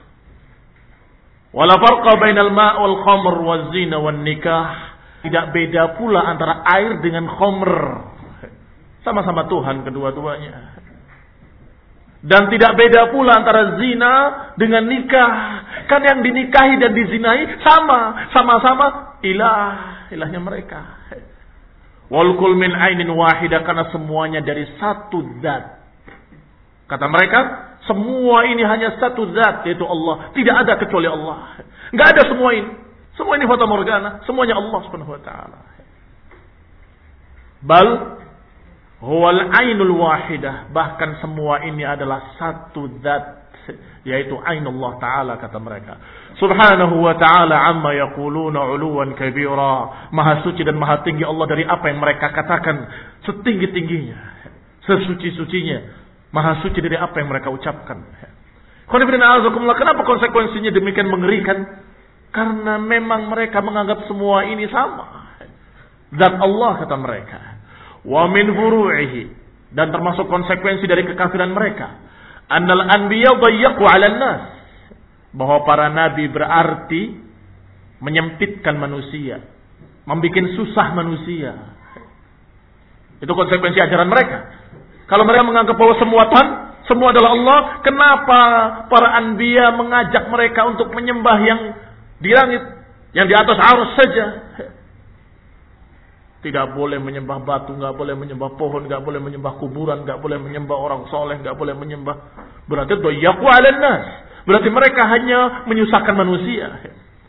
Speaker 1: Wala farqa bainal ma' wal khamr waz zina wan nikah. Tidak beda pula antara air dengan khamr. Sama-sama Tuhan kedua-duanya. Dan tidak beda pula antara zina dengan nikah. Kan yang dinikahi dan dizinai sama-sama ilahnya mereka. Wal kul min ainin wahidah, karena semuanya dari satu zat. Kata mereka, semua ini hanya satu zat, yaitu Allah. Tidak ada kecuali Allah. Enggak ada semua ini. Semua ini fata morgana, semuanya Allah Subhanahu wa taala. Bal huwal ainul wahidah, bahkan semua ini adalah satu zat, yaitu ainullah taala, kata mereka. Subhanahu wa ta'ala amma yaquluna 'uluwan kabira. Maha suci dan maha tinggi Allah dari apa yang mereka katakan, setinggi-tingginya, sesuci-sucinya. Maha suci dari apa yang mereka ucapkan. Kenapa konsekuensinya demikian mengerikan? Karena memang mereka menganggap semua ini sama. Zat Allah, kata mereka. Wa min furu'ihi, dan termasuk konsekuensi dari kekafiran mereka, annal anbiya dayyaqu 'alan nas, bahwa para nabi berarti menyempitkan manusia, membikin susah manusia. Itu konsekuensi ajaran mereka. Kalau mereka menganggap bahwa semua Tuhan, semua adalah Allah, kenapa para anbiya mengajak mereka untuk menyembah yang di langit, yang di atas arus saja? Tidak boleh menyembah batu, nggak boleh menyembah pohon, nggak boleh menyembah kuburan, nggak boleh menyembah orang soleh, nggak boleh menyembah. Berarti doyaku 'alan nas. Berarti mereka hanya menyusahkan manusia.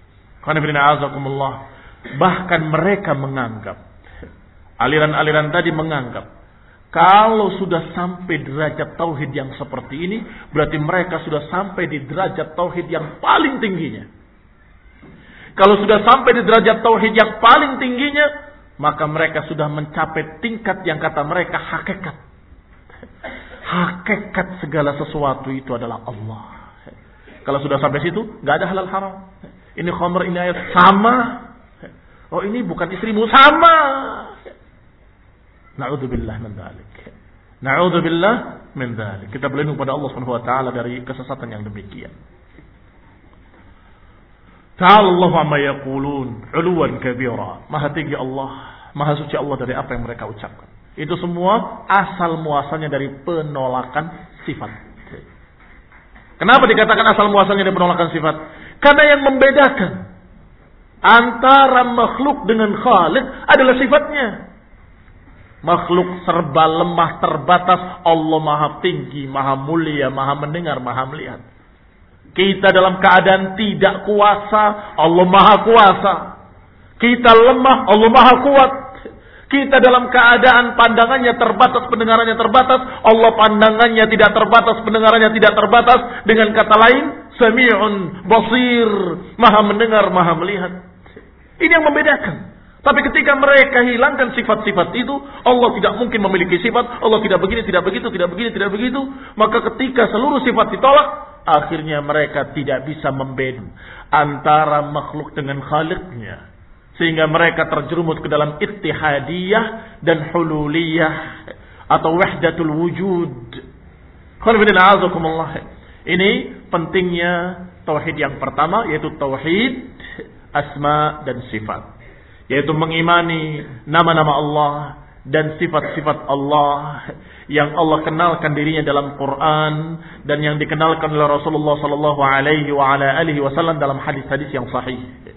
Speaker 1: Bahkan mereka menganggap, aliran-aliran tadi menganggap, kalau sudah sampai derajat tauhid yang seperti ini, berarti mereka sudah sampai di derajat tauhid yang paling tingginya. Kalau sudah sampai di derajat tauhid yang paling tingginya, maka mereka sudah mencapai tingkat yang kata mereka hakikat. Hakikat segala sesuatu itu adalah Allah. Kalau sudah sampai situ, nggak ada halal haram. Ini khamr, ini ayat, sama. Oh, ini bukan istrimu, sama. Na'udzubillah min dzalik. Na'udzubillah min dzalik. Kita berlindung pada Allah Subhanahu wa taala dari kesesatan yang demikian. Ta'ala Allahu amma yaqulun 'uluwan kabira. Maha tinggi Allah, maha suci Allah dari apa yang mereka ucapkan. Itu semua asal muasalnya dari penolakan sifat. Kenapa dikatakan asal muasalnya dari penolakan sifat? Karena yang membedakan antara makhluk dengan Khaliq adalah sifatnya. Makhluk serba lemah, terbatas. Allah maha tinggi, maha mulia, maha mendengar, maha melihat. Kita dalam keadaan tidak kuasa, Allah maha kuasa. Kita lemah, Allah maha kuat. Kita dalam keadaan pandangannya terbatas, pendengarannya terbatas, Allah pandangannya tidak terbatas, pendengarannya tidak terbatas. Dengan kata lain, Sami'un basir, maha mendengar, maha melihat. Ini yang membedakan. Tapi ketika mereka hilangkan sifat-sifat itu, Allah tidak mungkin memiliki sifat, Allah tidak begini, tidak begitu, tidak begini, tidak begitu. Maka ketika seluruh sifat ditolak, akhirnya mereka tidak bisa membedakan antara makhluk dengan Khaliqnya. Sehingga mereka terjerumus ke dalam ittihadiyah dan hululiyah atau wahdatul wujud. Ini pentingnya tauhid yang pertama, yaitu tauhid asma dan sifat, yaitu mengimani nama-nama Allah dan sifat-sifat Allah yang Allah kenalkan dirinya dalam Quran dan yang dikenalkan oleh Rasulullah sallallahu alaihi wasallam dalam hadis-hadis yang sahih.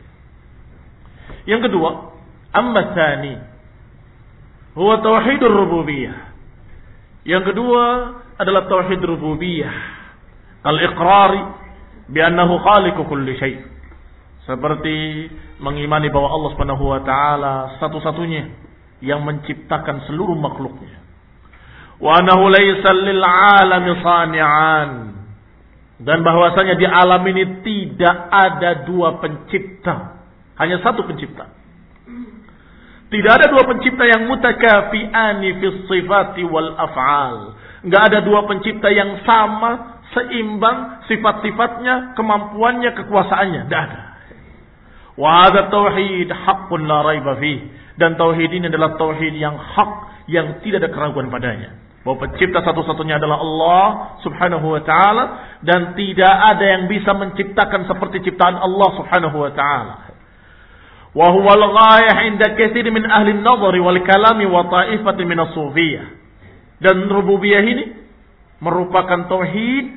Speaker 1: Yang kedua, amma tsani huwa tauhidur rububiyah. Yang kedua adalah tauhid rububiyah, al-iqrari bi annahu khaliqu kulli syai'. Seperti mengimani bahwa Allah Subhanahu wa taala satu-satunya yang menciptakan seluruh makhluknya. Wa annahu laysa lil 'alami sani'an. Dan bahwasanya di alam ini tidak ada dua pencipta, hanya satu pencipta. Tidak ada dua pencipta yang mutakafi'ani fis sifati wal af'al. Enggak ada dua pencipta yang sama, seimbang sifat-sifatnya, kemampuannya, kekuasaannya. Tidak ada. Wa hadza tauhid haqqun la raiba fih. Dan tauhid ini adalah tauhid yang hak, yang tidak ada keraguan padanya. Bahwa pencipta satu-satunya adalah Allah Subhanahu wa taala, dan tidak ada yang bisa menciptakan seperti ciptaan Allah Subhanahu wa taala. Wa huwa al-ghayah 'inda katsir min ahli an-nadhar wal kalam wa ta'ifatin min as-sufiyyah. Dan rububiyah ini merupakan tauhid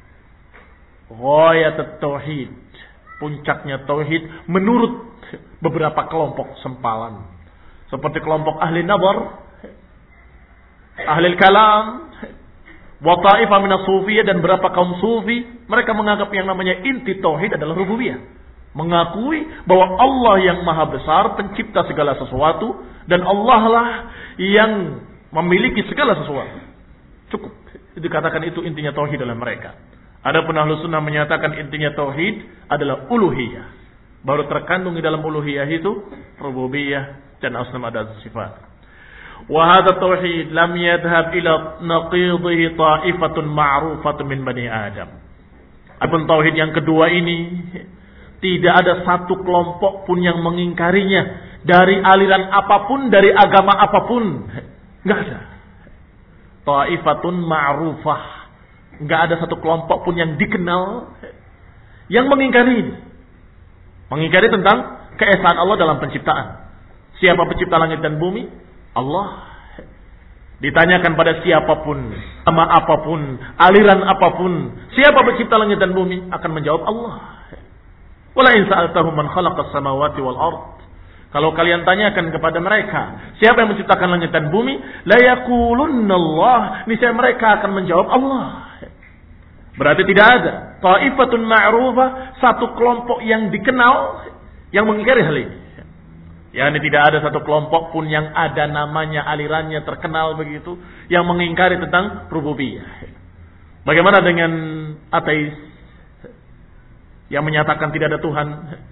Speaker 1: ghayat tauhid, puncaknya tauhid menurut beberapa kelompok sempalan, seperti kelompok ahli nazar, ahli kalam, wa ta'ifah min as-sufiyah, dan beberapa kaum sufi. Mereka menganggap yang namanya inti tauhid adalah rububiyah, mengakui bahwa Allah yang maha besar, pencipta segala sesuatu, dan Allah lah yang memiliki segala sesuatu. Cukup. Dikatakan itu intinya tauhid dalam mereka. Adapun ahlu sunnah menyatakan intinya tauhid adalah uluhiyah. Baru terkandung di dalam uluhiyah itu rububiyah dan asma dan sifat. Wa hadha tauhid lam yadhhab ila naqidhihi ta'ifatun ma'rufatun min bani Adam. Adapun tauhid yang kedua ini tidak ada satu kelompok pun yang mengingkarinya, dari aliran apapun, dari agama apapun. Enggak ada. Ta'ifatun ma'rufah. Enggak ada satu kelompok pun yang dikenal yang mengingkari ini. Mengingkari tentang keesaan Allah dalam penciptaan. Siapa pencipta langit dan bumi? Allah. Ditanyakan pada siapapun, sama apapun, aliran apapun, siapa pencipta langit dan bumi? Akan menjawab Allah. Wala in sa'altahum man khalaqas samawati wal ard. Kalau kalian tanyakan kepada mereka, siapa yang menciptakan langit dan bumi? La yaqulunna Allah. Niscaya mereka akan menjawab Allah. Berarti tidak ada ta'ifatun ma'rufah, satu kelompok yang dikenal yang mengingkari hal ini. Yani tidak ada satu kelompok pun yang ada namanya, alirannya terkenal begitu, yang mengingkari tentang rububiyah. Bagaimana dengan ateis yang menyatakan tidak ada Tuhan?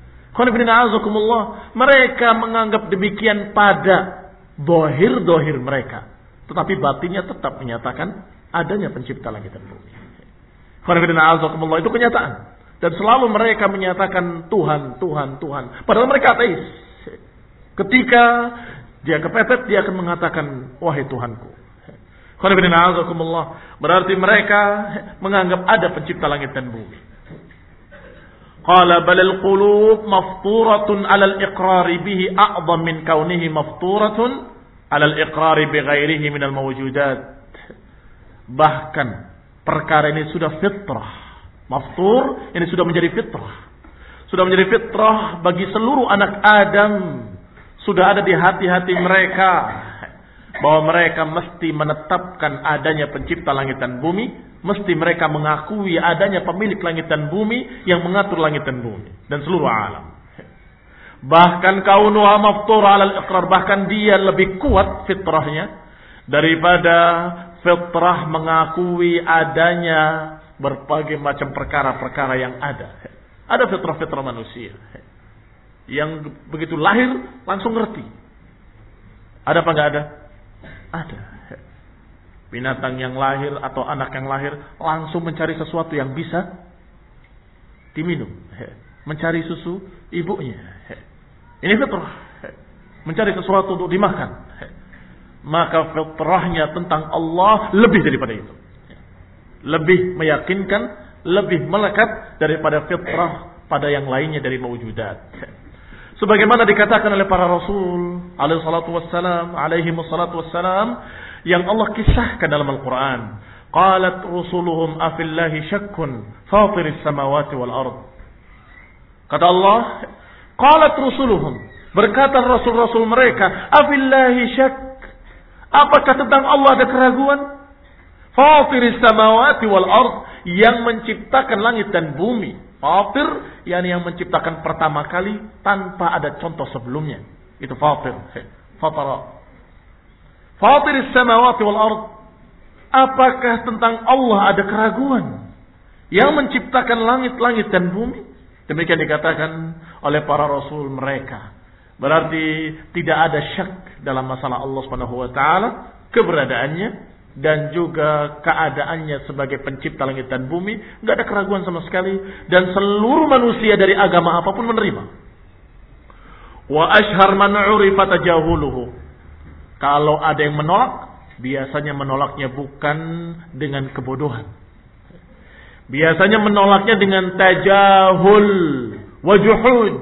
Speaker 1: Mereka menganggap demikian pada dohir mereka, tetapi batinnya tetap menyatakan adanya pencipta langit dan bumi. Itu kenyataan. Dan selalu mereka menyatakan Tuhan. Padahal mereka ateis. Ketika dia kepepet, dia akan mengatakan, wahai Tuhanku. Berarti mereka menganggap ada pencipta langit dan bumi. Qala balal qulub mafturatun 'ala al-iqrar bihi a'dham min kaunihi mafturatun 'ala al-iqrar bi ghairihi min al-mawjudat. Bahkan perkara ini sudah fitrah. Maftur ini sudah menjadi fitrah. Sudah menjadi fitrah bagi seluruh anak Adam. Sudah ada di hati-hati mereka bahwa mereka mesti menetapkan adanya pencipta langit dan bumi, mesti mereka mengakui adanya pemilik langit dan bumi yang mengatur langit dan bumi dan seluruh alam. Bahkan kaunuha maftura 'alal iqrar, bahkan dia lebih kuat fitrahnya daripada fitrah mengakui adanya berbagai macam perkara-perkara yang ada. Ada fitrah-fitrah manusia yang begitu lahir langsung ngerti. Ada apa enggak ada? Ada. Binatang yang lahir atau anak yang lahir langsung mencari sesuatu yang bisa diminum, mencari susu ibunya. Ini fitrah. Mencari sesuatu untuk dimakan. Maka fitrahnya tentang Allah lebih daripada itu. Lebih meyakinkan, lebih melekat daripada fitrah pada yang lainnya dari mawjudat. Sebagaimana dikatakan oleh para rasul alaihi salatu wassalam yang Allah kisahkan dalam Al-Quran. Qalat rusuluhum afillahi syakkun fatiris samawati wal ard. Kata Allah, qalat rusuluhum, berkata rasul-rasul mereka, afillahi syak, apakah tentang Allah ada keraguan? Fatiris samawati wal ard, yang menciptakan langit dan bumi. Fatir, yakni yang menciptakan pertama kali tanpa ada contoh sebelumnya. Itu fatir. Fatara. Fatiris samawati wal ard. Apakah tentang Allah ada keraguan? Yang menciptakan langit-langit dan bumi. Demikian dikatakan oleh para rasul mereka. Berarti tidak ada syak dalam masalah Allah Subhanahu wa taala, keberadaannya dan juga keadaannya sebagai pencipta langit dan bumi, enggak ada keraguan sama sekali, dan seluruh manusia dari agama apapun menerima. Wa ashhar man 'urifa tajahuluhu. Kalau ada yang menolak, biasanya menolaknya bukan dengan kebodohan. Biasanya menolaknya dengan tajahul wa juhud.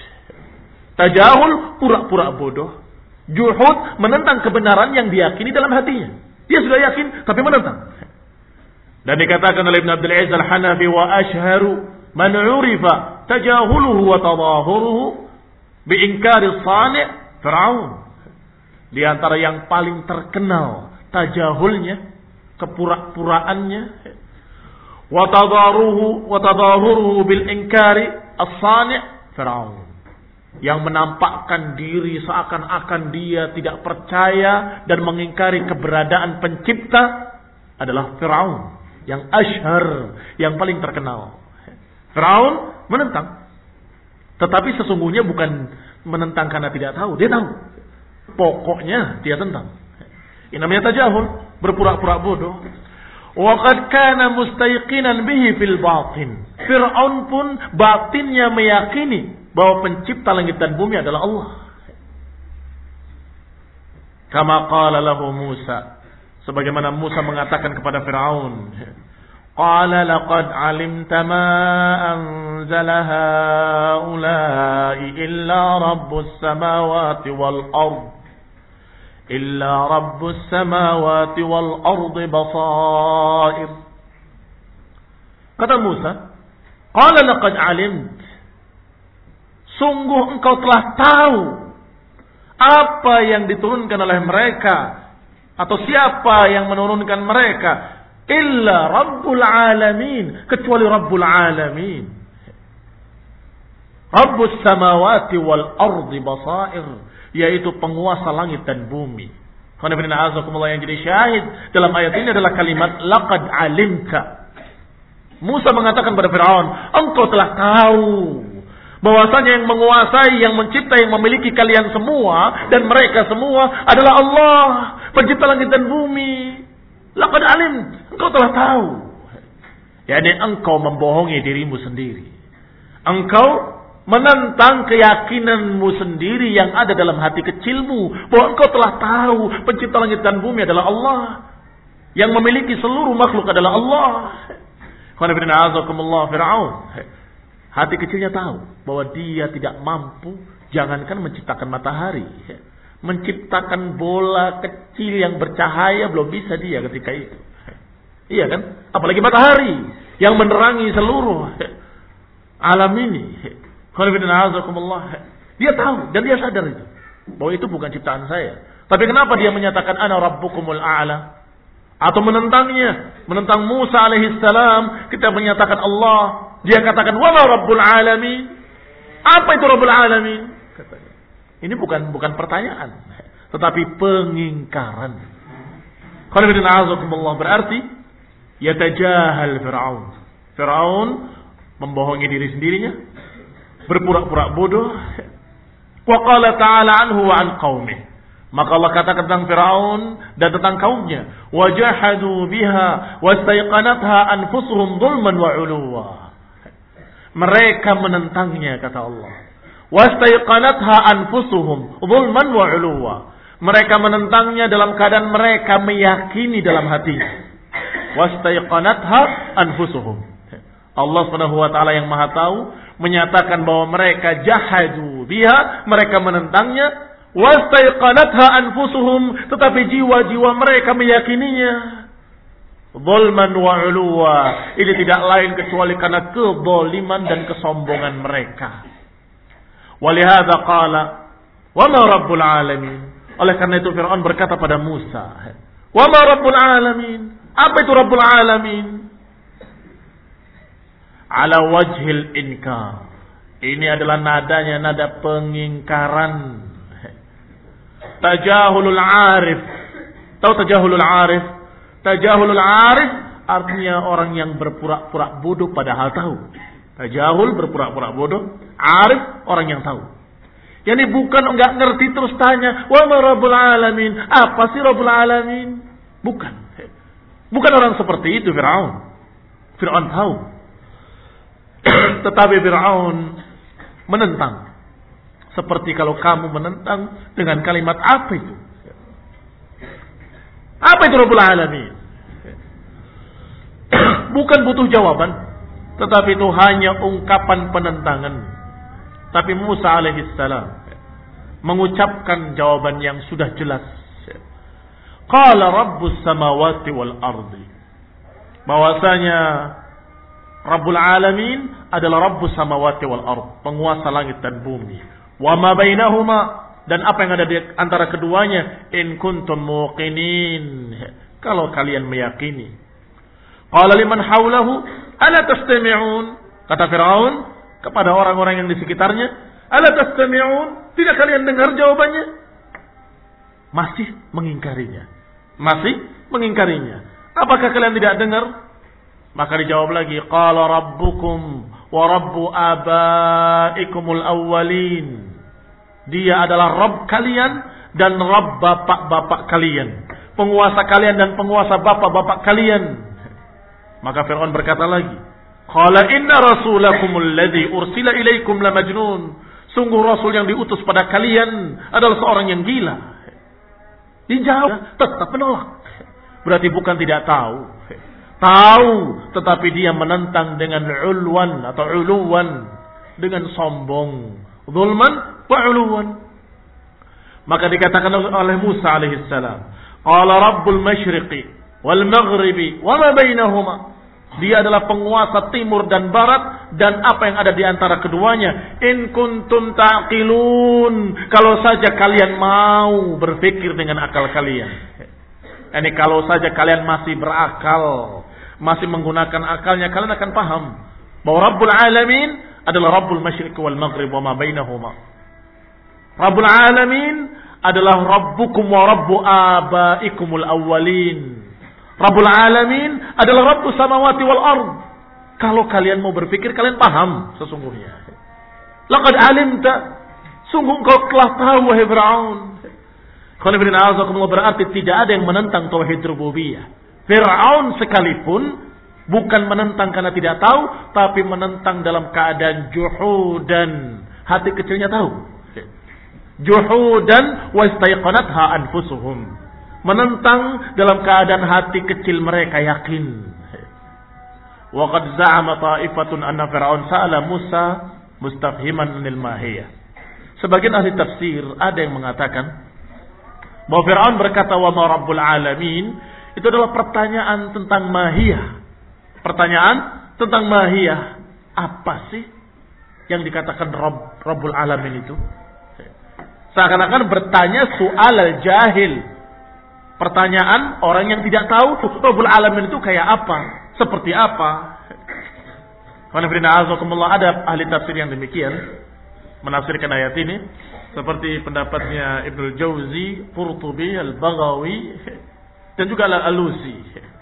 Speaker 1: Tajahul, pura-pura bodoh. Juhud, menentang kebenaran yang diyakini dalam hatinya. Dia sudah yakin, tapi menentang. Dan dikatakan oleh Ibn Abdul Aziz Al-Hanafi, wa ashharu man urifa tajahuluhu wa tadahuruhu bi'inkari sani' Fir'aun. Di antara yang paling terkenal tajahulnya, kepura-puraannya, wa tadahuruhu bil inkari as-sani' Fir'aun. Yang menampakkan diri seakan-akan dia tidak percaya dan mengingkari keberadaan pencipta adalah Fir'aun. Yang ashhar, yang paling terkenal. Fir'aun menentang. Tetapi sesungguhnya bukan menentang karena tidak tahu. Dia tahu. Pokoknya dia tentang. Ini namanya tajahul. Berpura-pura bodoh. Wa qad kana mustayqinan bihi fil batin. Fir'aun pun batinnya meyakini bahwa pencipta langit dan bumi adalah Allah. Kama qala lahu Musa. Sebagaimana Musa mengatakan kepada Fir'aun, qala laqad alimta ma anzala haula'i illa rabbus samawati wal ard illa rabbus samawati wal ardi basair. Kata Musa, qala laqad alimt, sungguh engkau telah tahu apa yang diturunkan oleh mereka atau siapa yang menurunkan mereka, illa Rabbul Alamin, kecuali Rabbul Alamin. Rabbus samawati wal ardi basair, yaitu penguasa langit dan bumi. Yang jadi syahid dalam ayat ini adalah kalimat laqad alimta. Musa mengatakan kepada Fir'aun, engkau telah tahu bahwasanya yang menguasai, yang mencipta, yang memiliki kalian semua dan mereka semua adalah Allah, pencipta langit dan bumi. Laqad alim, engkau telah tahu. Yani engkau membohongi dirimu sendiri. Engkau menentang keyakinanmu sendiri yang ada dalam hati kecilmu bahwa engkau telah tahu pencipta langit dan bumi adalah Allah, yang memiliki seluruh makhluk adalah Allah. Fir'aun, hati kecilnya tahu bahwa dia tidak mampu, jangankan menciptakan matahari, menciptakan bola kecil yang bercahaya belum bisa dia ketika itu. Iya kan? Apalagi matahari yang menerangi seluruh alam ini. Dia tahu dan dia sadar itu, bahwa itu bukan ciptaan saya. Tapi kenapa dia menyatakan ana rabbukumul a'la? Atau menentangnya, menentang Musa alaihissalam, kita menyatakan Allah. Dia katakan wala rabbul alamin. Apa itu rabbul alamin? Katanya. Ini bukan pertanyaan, tetapi pengingkaran. Berarti yatajahal Fir'aun. Fir'aun membohongi diri sendirinya, berpura-pura bodoh. Wa qala ta'ala anhu wa an qaumih. Maka Allah katakan tentang Fir'aun dan tentang kaumnya, wajahadu biha wastaiqanatha anfusuhum dhulman wa 'uluwa. Mereka menentangnya, kata Allah. Wastaiqanatha anfusuhum dhulman wa 'uluwa. Mereka menentangnya dalam keadaan mereka meyakini dalam hatinya. Wastaiqanatha anfusuhum. Allah Subhanahu wa taala yang Maha tahu menyatakan bahwa mereka jahadu biha, mereka menentangnya. Wastaiqanatha anfusuhum, tetapi jiwa-jiwa mereka meyakininya. Zulman wa 'uluwa. Ini tidak lain kecuali karena kezaliman dan kesombongan mereka. Walihada qala wa ma rabbul alamin. Oleh karena itu Fir'aun berkata pada Musa, wa ma rabbul alamin? Apa itu rabbul alamin? Ala wajhil inkar. Ini adalah nadanya nada pengingkaran. Tajahulul arif. Tahu tajahulul arif? Tajahulul arif artinya orang yang berpura-pura bodoh padahal tahu. Tajahul berpura-pura bodoh, arif orang yang tahu. Yani bukan enggak ngerti terus tanya, "Wa ma rabbul alamin?" Apa sih rabbul alamin? Bukan. Bukan orang seperti itu Fir'aun. Fir'aun tahu. Tetapi Fir'aun menentang. Seperti kalau kamu menentang dengan kalimat apa itu? Apa itu Rabbul Alamin? Bukan butuh jawaban, tetapi itu hanya ungkapan penentangan. Tapi Musa alaihissalam mengucapkan jawaban yang sudah jelas. Qala Rabbus samawati wal ardi. bahwasanya Rabbul Alamin adalah Rabbus samawati wal ard, penguasa langit dan bumi. Wa ma bainahuma, dan apa yang ada di antara keduanya, in kuntum muqinin, kalau kalian meyakini. Qala liman haulahu ala tastami'un, kata Firaun kepada orang-orang yang di sekitarnya, ala tastami'un, tidak kalian dengar jawabannya? Masih mengingkarinya. Apakah kalian tidak dengar? Maka dijawab lagi, qala rabbukum wa rabbu abaikumul awwalin. Dia adalah Rabb kalian dan Rabb bapak-bapak kalian, penguasa kalian dan penguasa bapak-bapak kalian. Maka Fir'aun berkata lagi, qala inna rasulakumul ladzi ursila ilaikum la majnun. Sungguh rasul yang diutus pada kalian adalah seorang yang gila. Dijawab, tetap menolak. Berarti bukan tidak tahu. Tahu, tetapi dia menentang dengan ulwan atau uluwan, dengan sombong. Zulman wa uluwan. Maka dikatakan oleh Musa alaihissalam, qala rabbul masyriqi wal maghribi wa ma bainahuma. Dia adalah penguasa timur dan barat dan apa yang ada di antara keduanya. In kuntum taqilun, kalau saja kalian mau berpikir dengan akal kalian. Ini kalau saja kalian masih berakal, masih menggunakan akalnya, kalian akan paham bahwa Rabbul Alamin adalah Rabbul Masyriq wal Maghrib wa ma bainahuma. Rabbul Alamin adalah Rabbukum wa Rabbu abaikumul awwalin. Rabbul Alamin adalah Rabbus samawati wal ard. Kalau kalian mau berpikir, kalian paham sesungguhnya. Laqad alimta, sungguh engkau telah tahu wahai Fir'aun. Berarti tidak ada yang menentang tauhid rububiyah. Fir'aun sekalipun bukan menentang karena tidak tahu, tapi menentang dalam keadaan juhudan. Hati kecilnya tahu. Juhudan wa istayqanatha anfusuhum. Menentang dalam keadaan hati kecil mereka yakin. Wa qad za'ama ta'ifatun anna Fir'aun sa'ala Musa mustafhiman anil mahiyah. Sebagian ahli tafsir ada yang mengatakan bahwa Fir'aun berkata wa ma rabbul alamin, itu adalah pertanyaan tentang mahiyah. Pertanyaan tentang mahiyah, apa sih yang dikatakan Rabbul Alamin itu? Seakan-akan bertanya soal jahil. Pertanyaan orang yang tidak tahu Rabbul Alamin itu kayak apa, seperti apa. Ada ahli tafsir yang demikian menafsirkan ayat ini, seperti pendapatnya Ibnu Jauzi, Qurtubi, Al-Baghawi, dan juga Al-Alusi.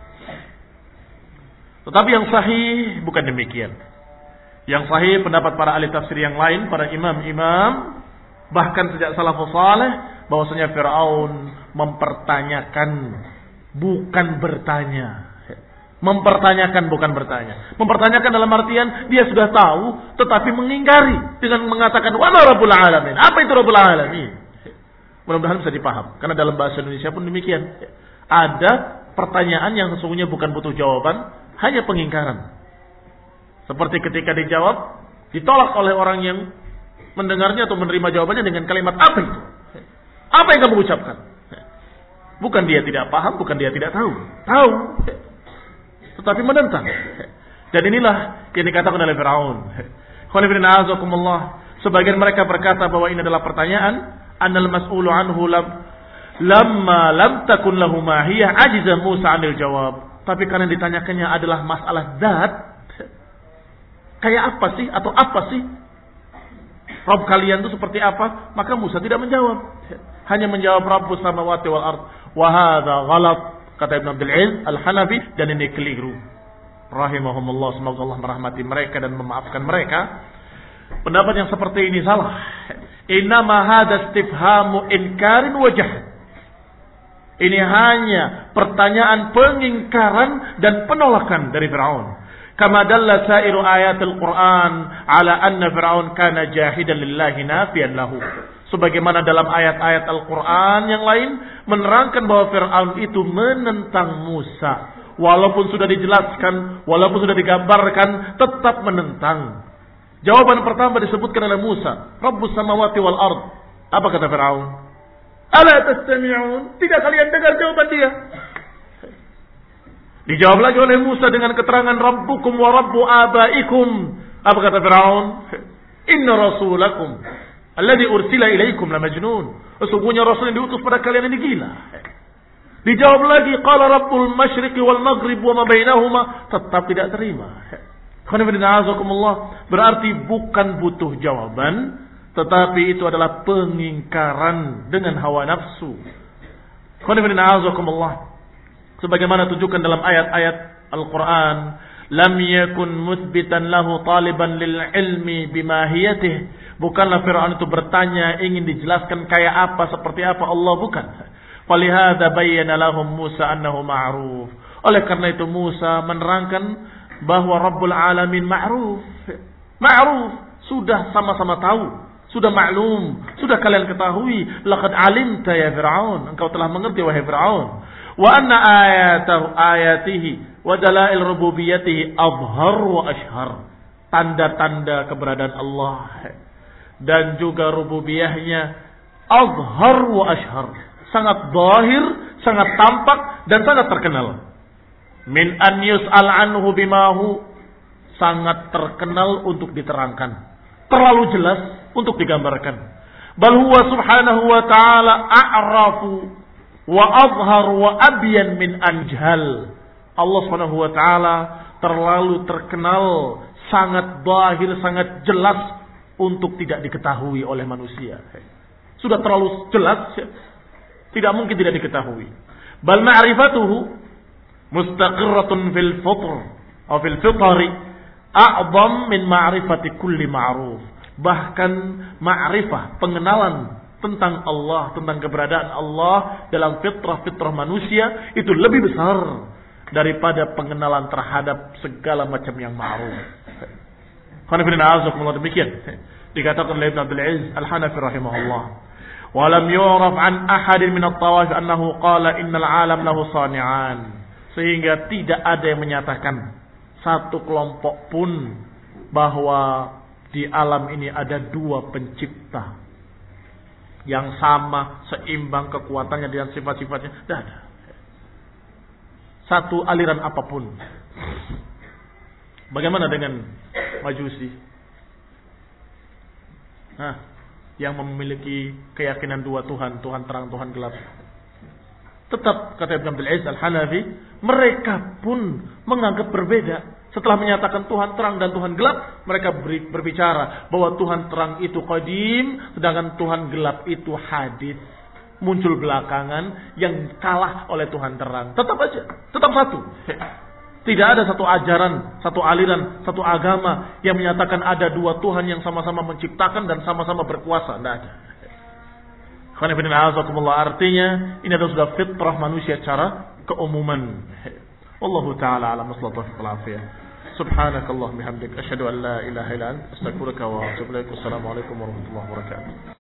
Speaker 1: Tetapi yang sahih bukan demikian. Yang sahih pendapat para ahli tafsir yang lain, para imam-imam, bahkan sejak salafus saleh, bahwasanya Fir'aun mempertanyakan, bukan bertanya. Mempertanyakan, bukan bertanya. Mempertanyakan dalam artian dia sudah tahu, tetapi mengingkari dengan mengatakan wa rabbul alamin. Apa itu Rabbul Alamin? Mudah-mudahan bisa dipaham. Karena dalam bahasa Indonesia pun demikian. Ada pertanyaan yang sesungguhnya bukan butuh jawaban, hanya pengingkaran. Seperti ketika dijawab, ditolak oleh orang yang mendengarnya atau menerima jawabannya dengan kalimat apa itu? Apa yang kamu ucapkan? Bukan dia tidak paham, bukan dia tidak tahu. Tahu. Tetapi menentang. Dan inilah yang dikatakan oleh Fir'aun. Sebagian mereka berkata bahwa ini adalah pertanyaan, annal mas'ulu anhu lamma lam takun lahu mahiyah ajiza Musa 'anil jawab. Tapi karena ditanyakannya adalah masalah zat, kayak apa sih atau apa sih Rabb kalian itu seperti apa, maka Musa tidak menjawab, hanya menjawab Rabbus samawati wal ard. Wa hadza ghalat, kata Ibnu Abdul Aziz Al-Hanafi, dan ini keliru. Rahimahumullah, semoga Allah merahmati mereka dan memaafkan mereka. Pendapat yang seperti ini salah. Innama hadza istifhamu inkarin wa jahd. Ini hanya pertanyaan pengingkaran dan penolakan dari Fir'aun. Kama dalla sairu ayatul Quran ala anna Fir'aun kana jahidan lillahi nafiyan lahu. Sebagaimana dalam ayat-ayat Al-Quran yang lain menerangkan bahwa Fir'aun itu menentang Musa. Walaupun sudah dijelaskan, walaupun sudah digambarkan, tetap menentang. Jawaban pertama disebutkan oleh Musa, Rabbus samawati wal ard. Apa kata Fir'aun? Ala tastami'un? Tidak kalian dengar jawaban dia? Dijawab lagi oleh Musa dengan keterangan Rabbukum wa Rabbu abaikum. Apa kata Fir'aun? Inna rasulakum alladhi ursila ilaikum la majnun. Sesungguhnya Rasul yang diutus pada kalian ini gila. Dijawab lagi, qala Rabbul masyriqi wal maghrib wa ma bainahuma. Tetap tidak terima. Berarti bukan butuh jawaban, tetapi itu adalah pengingkaran dengan hawa nafsu. Sebagaimana tunjukkan dalam ayat-ayat Al-Quran, lam yakun muthbitan lahu taliban lil ilmi bimahiyatih. Bukanlah Fir'aun itu bertanya ingin dijelaskan kayak apa, seperti apa Allah, bukan. Falihada bayyana lahum Musa annahu ma'ruf. Oleh karena itu Musa menerangkan bahwa Rabbul Alamin ma'ruf. Ma'ruf, sudah sama-sama tahu, sudah maklum, sudah kalian ketahui. Laqad alimta ya Fir'aun, engkau telah mengerti wahai Fir'aun. Wa anna ayatihi wa dalail rububiyyatihi azhar wa ashhar. Tanda-tanda keberadaan Allah dan juga rububiyahnya azhar wa ashhar. Sangat zahir, sangat tampak dan sangat terkenal. Min an yus'al anhu bimahu, sangat terkenal untuk diterangkan. Terlalu jelas untuk digambarkan. Bal huwa subhanahu wa ta'ala a'rafu wa azhar wa abyan min anjhal. Allah subhanahu wa ta'ala terlalu terkenal, sangat zahir, sangat jelas untuk tidak diketahui oleh manusia. Sudah terlalu jelas, tidak mungkin tidak diketahui. Bal ma'rifatuhu mustaqirratun fil fitr atau fil fitri a'zam min ma'rifati kulli ma'ruf. Bahkan ma'rifah, pengenalan tentang Allah, tentang keberadaan Allah dalam fitrah-fitrah manusia itu lebih besar daripada pengenalan terhadap segala macam yang ma'ruf. Demikian dikatakan oleh Ibn Abdul Aziz Al-Hanafi rahimahullah. Walam yu'raf an ahadin min at-tawaf annahu qala innal alam lahu sani'an. Sehingga tidak ada yang menyatakan satu kelompok pun bahwa di alam ini ada dua pencipta yang sama, seimbang kekuatannya dan sifat-sifatnya. Tidak ada satu aliran apapun. Bagaimana dengan Majusi? Yang memiliki keyakinan dua Tuhan, Tuhan terang, Tuhan gelap. Tetap kata Ibn Abdul Aziz Al-Hanafi, mereka pun menganggap berbeda. Setelah menyatakan Tuhan terang dan Tuhan gelap, mereka berbicara bahwa Tuhan terang itu qadim, sedangkan Tuhan gelap itu hadis, muncul belakangan, yang kalah oleh Tuhan terang. Tetap aja, tetap satu. Tidak ada satu ajaran, satu aliran, satu agama yang menyatakan ada dua Tuhan yang sama-sama menciptakan dan sama-sama berkuasa. Tidak ada. Artinya ini adalah sudah fitrah manusia secara keumuman. Wallahu ta'ala alam. Subhanakallahumma bihamdik asyhadu an la ilaha illa anta astaghfiruka wa atubu ilaik. Wassalamu alaikum warahmatullahi wabarakatuh.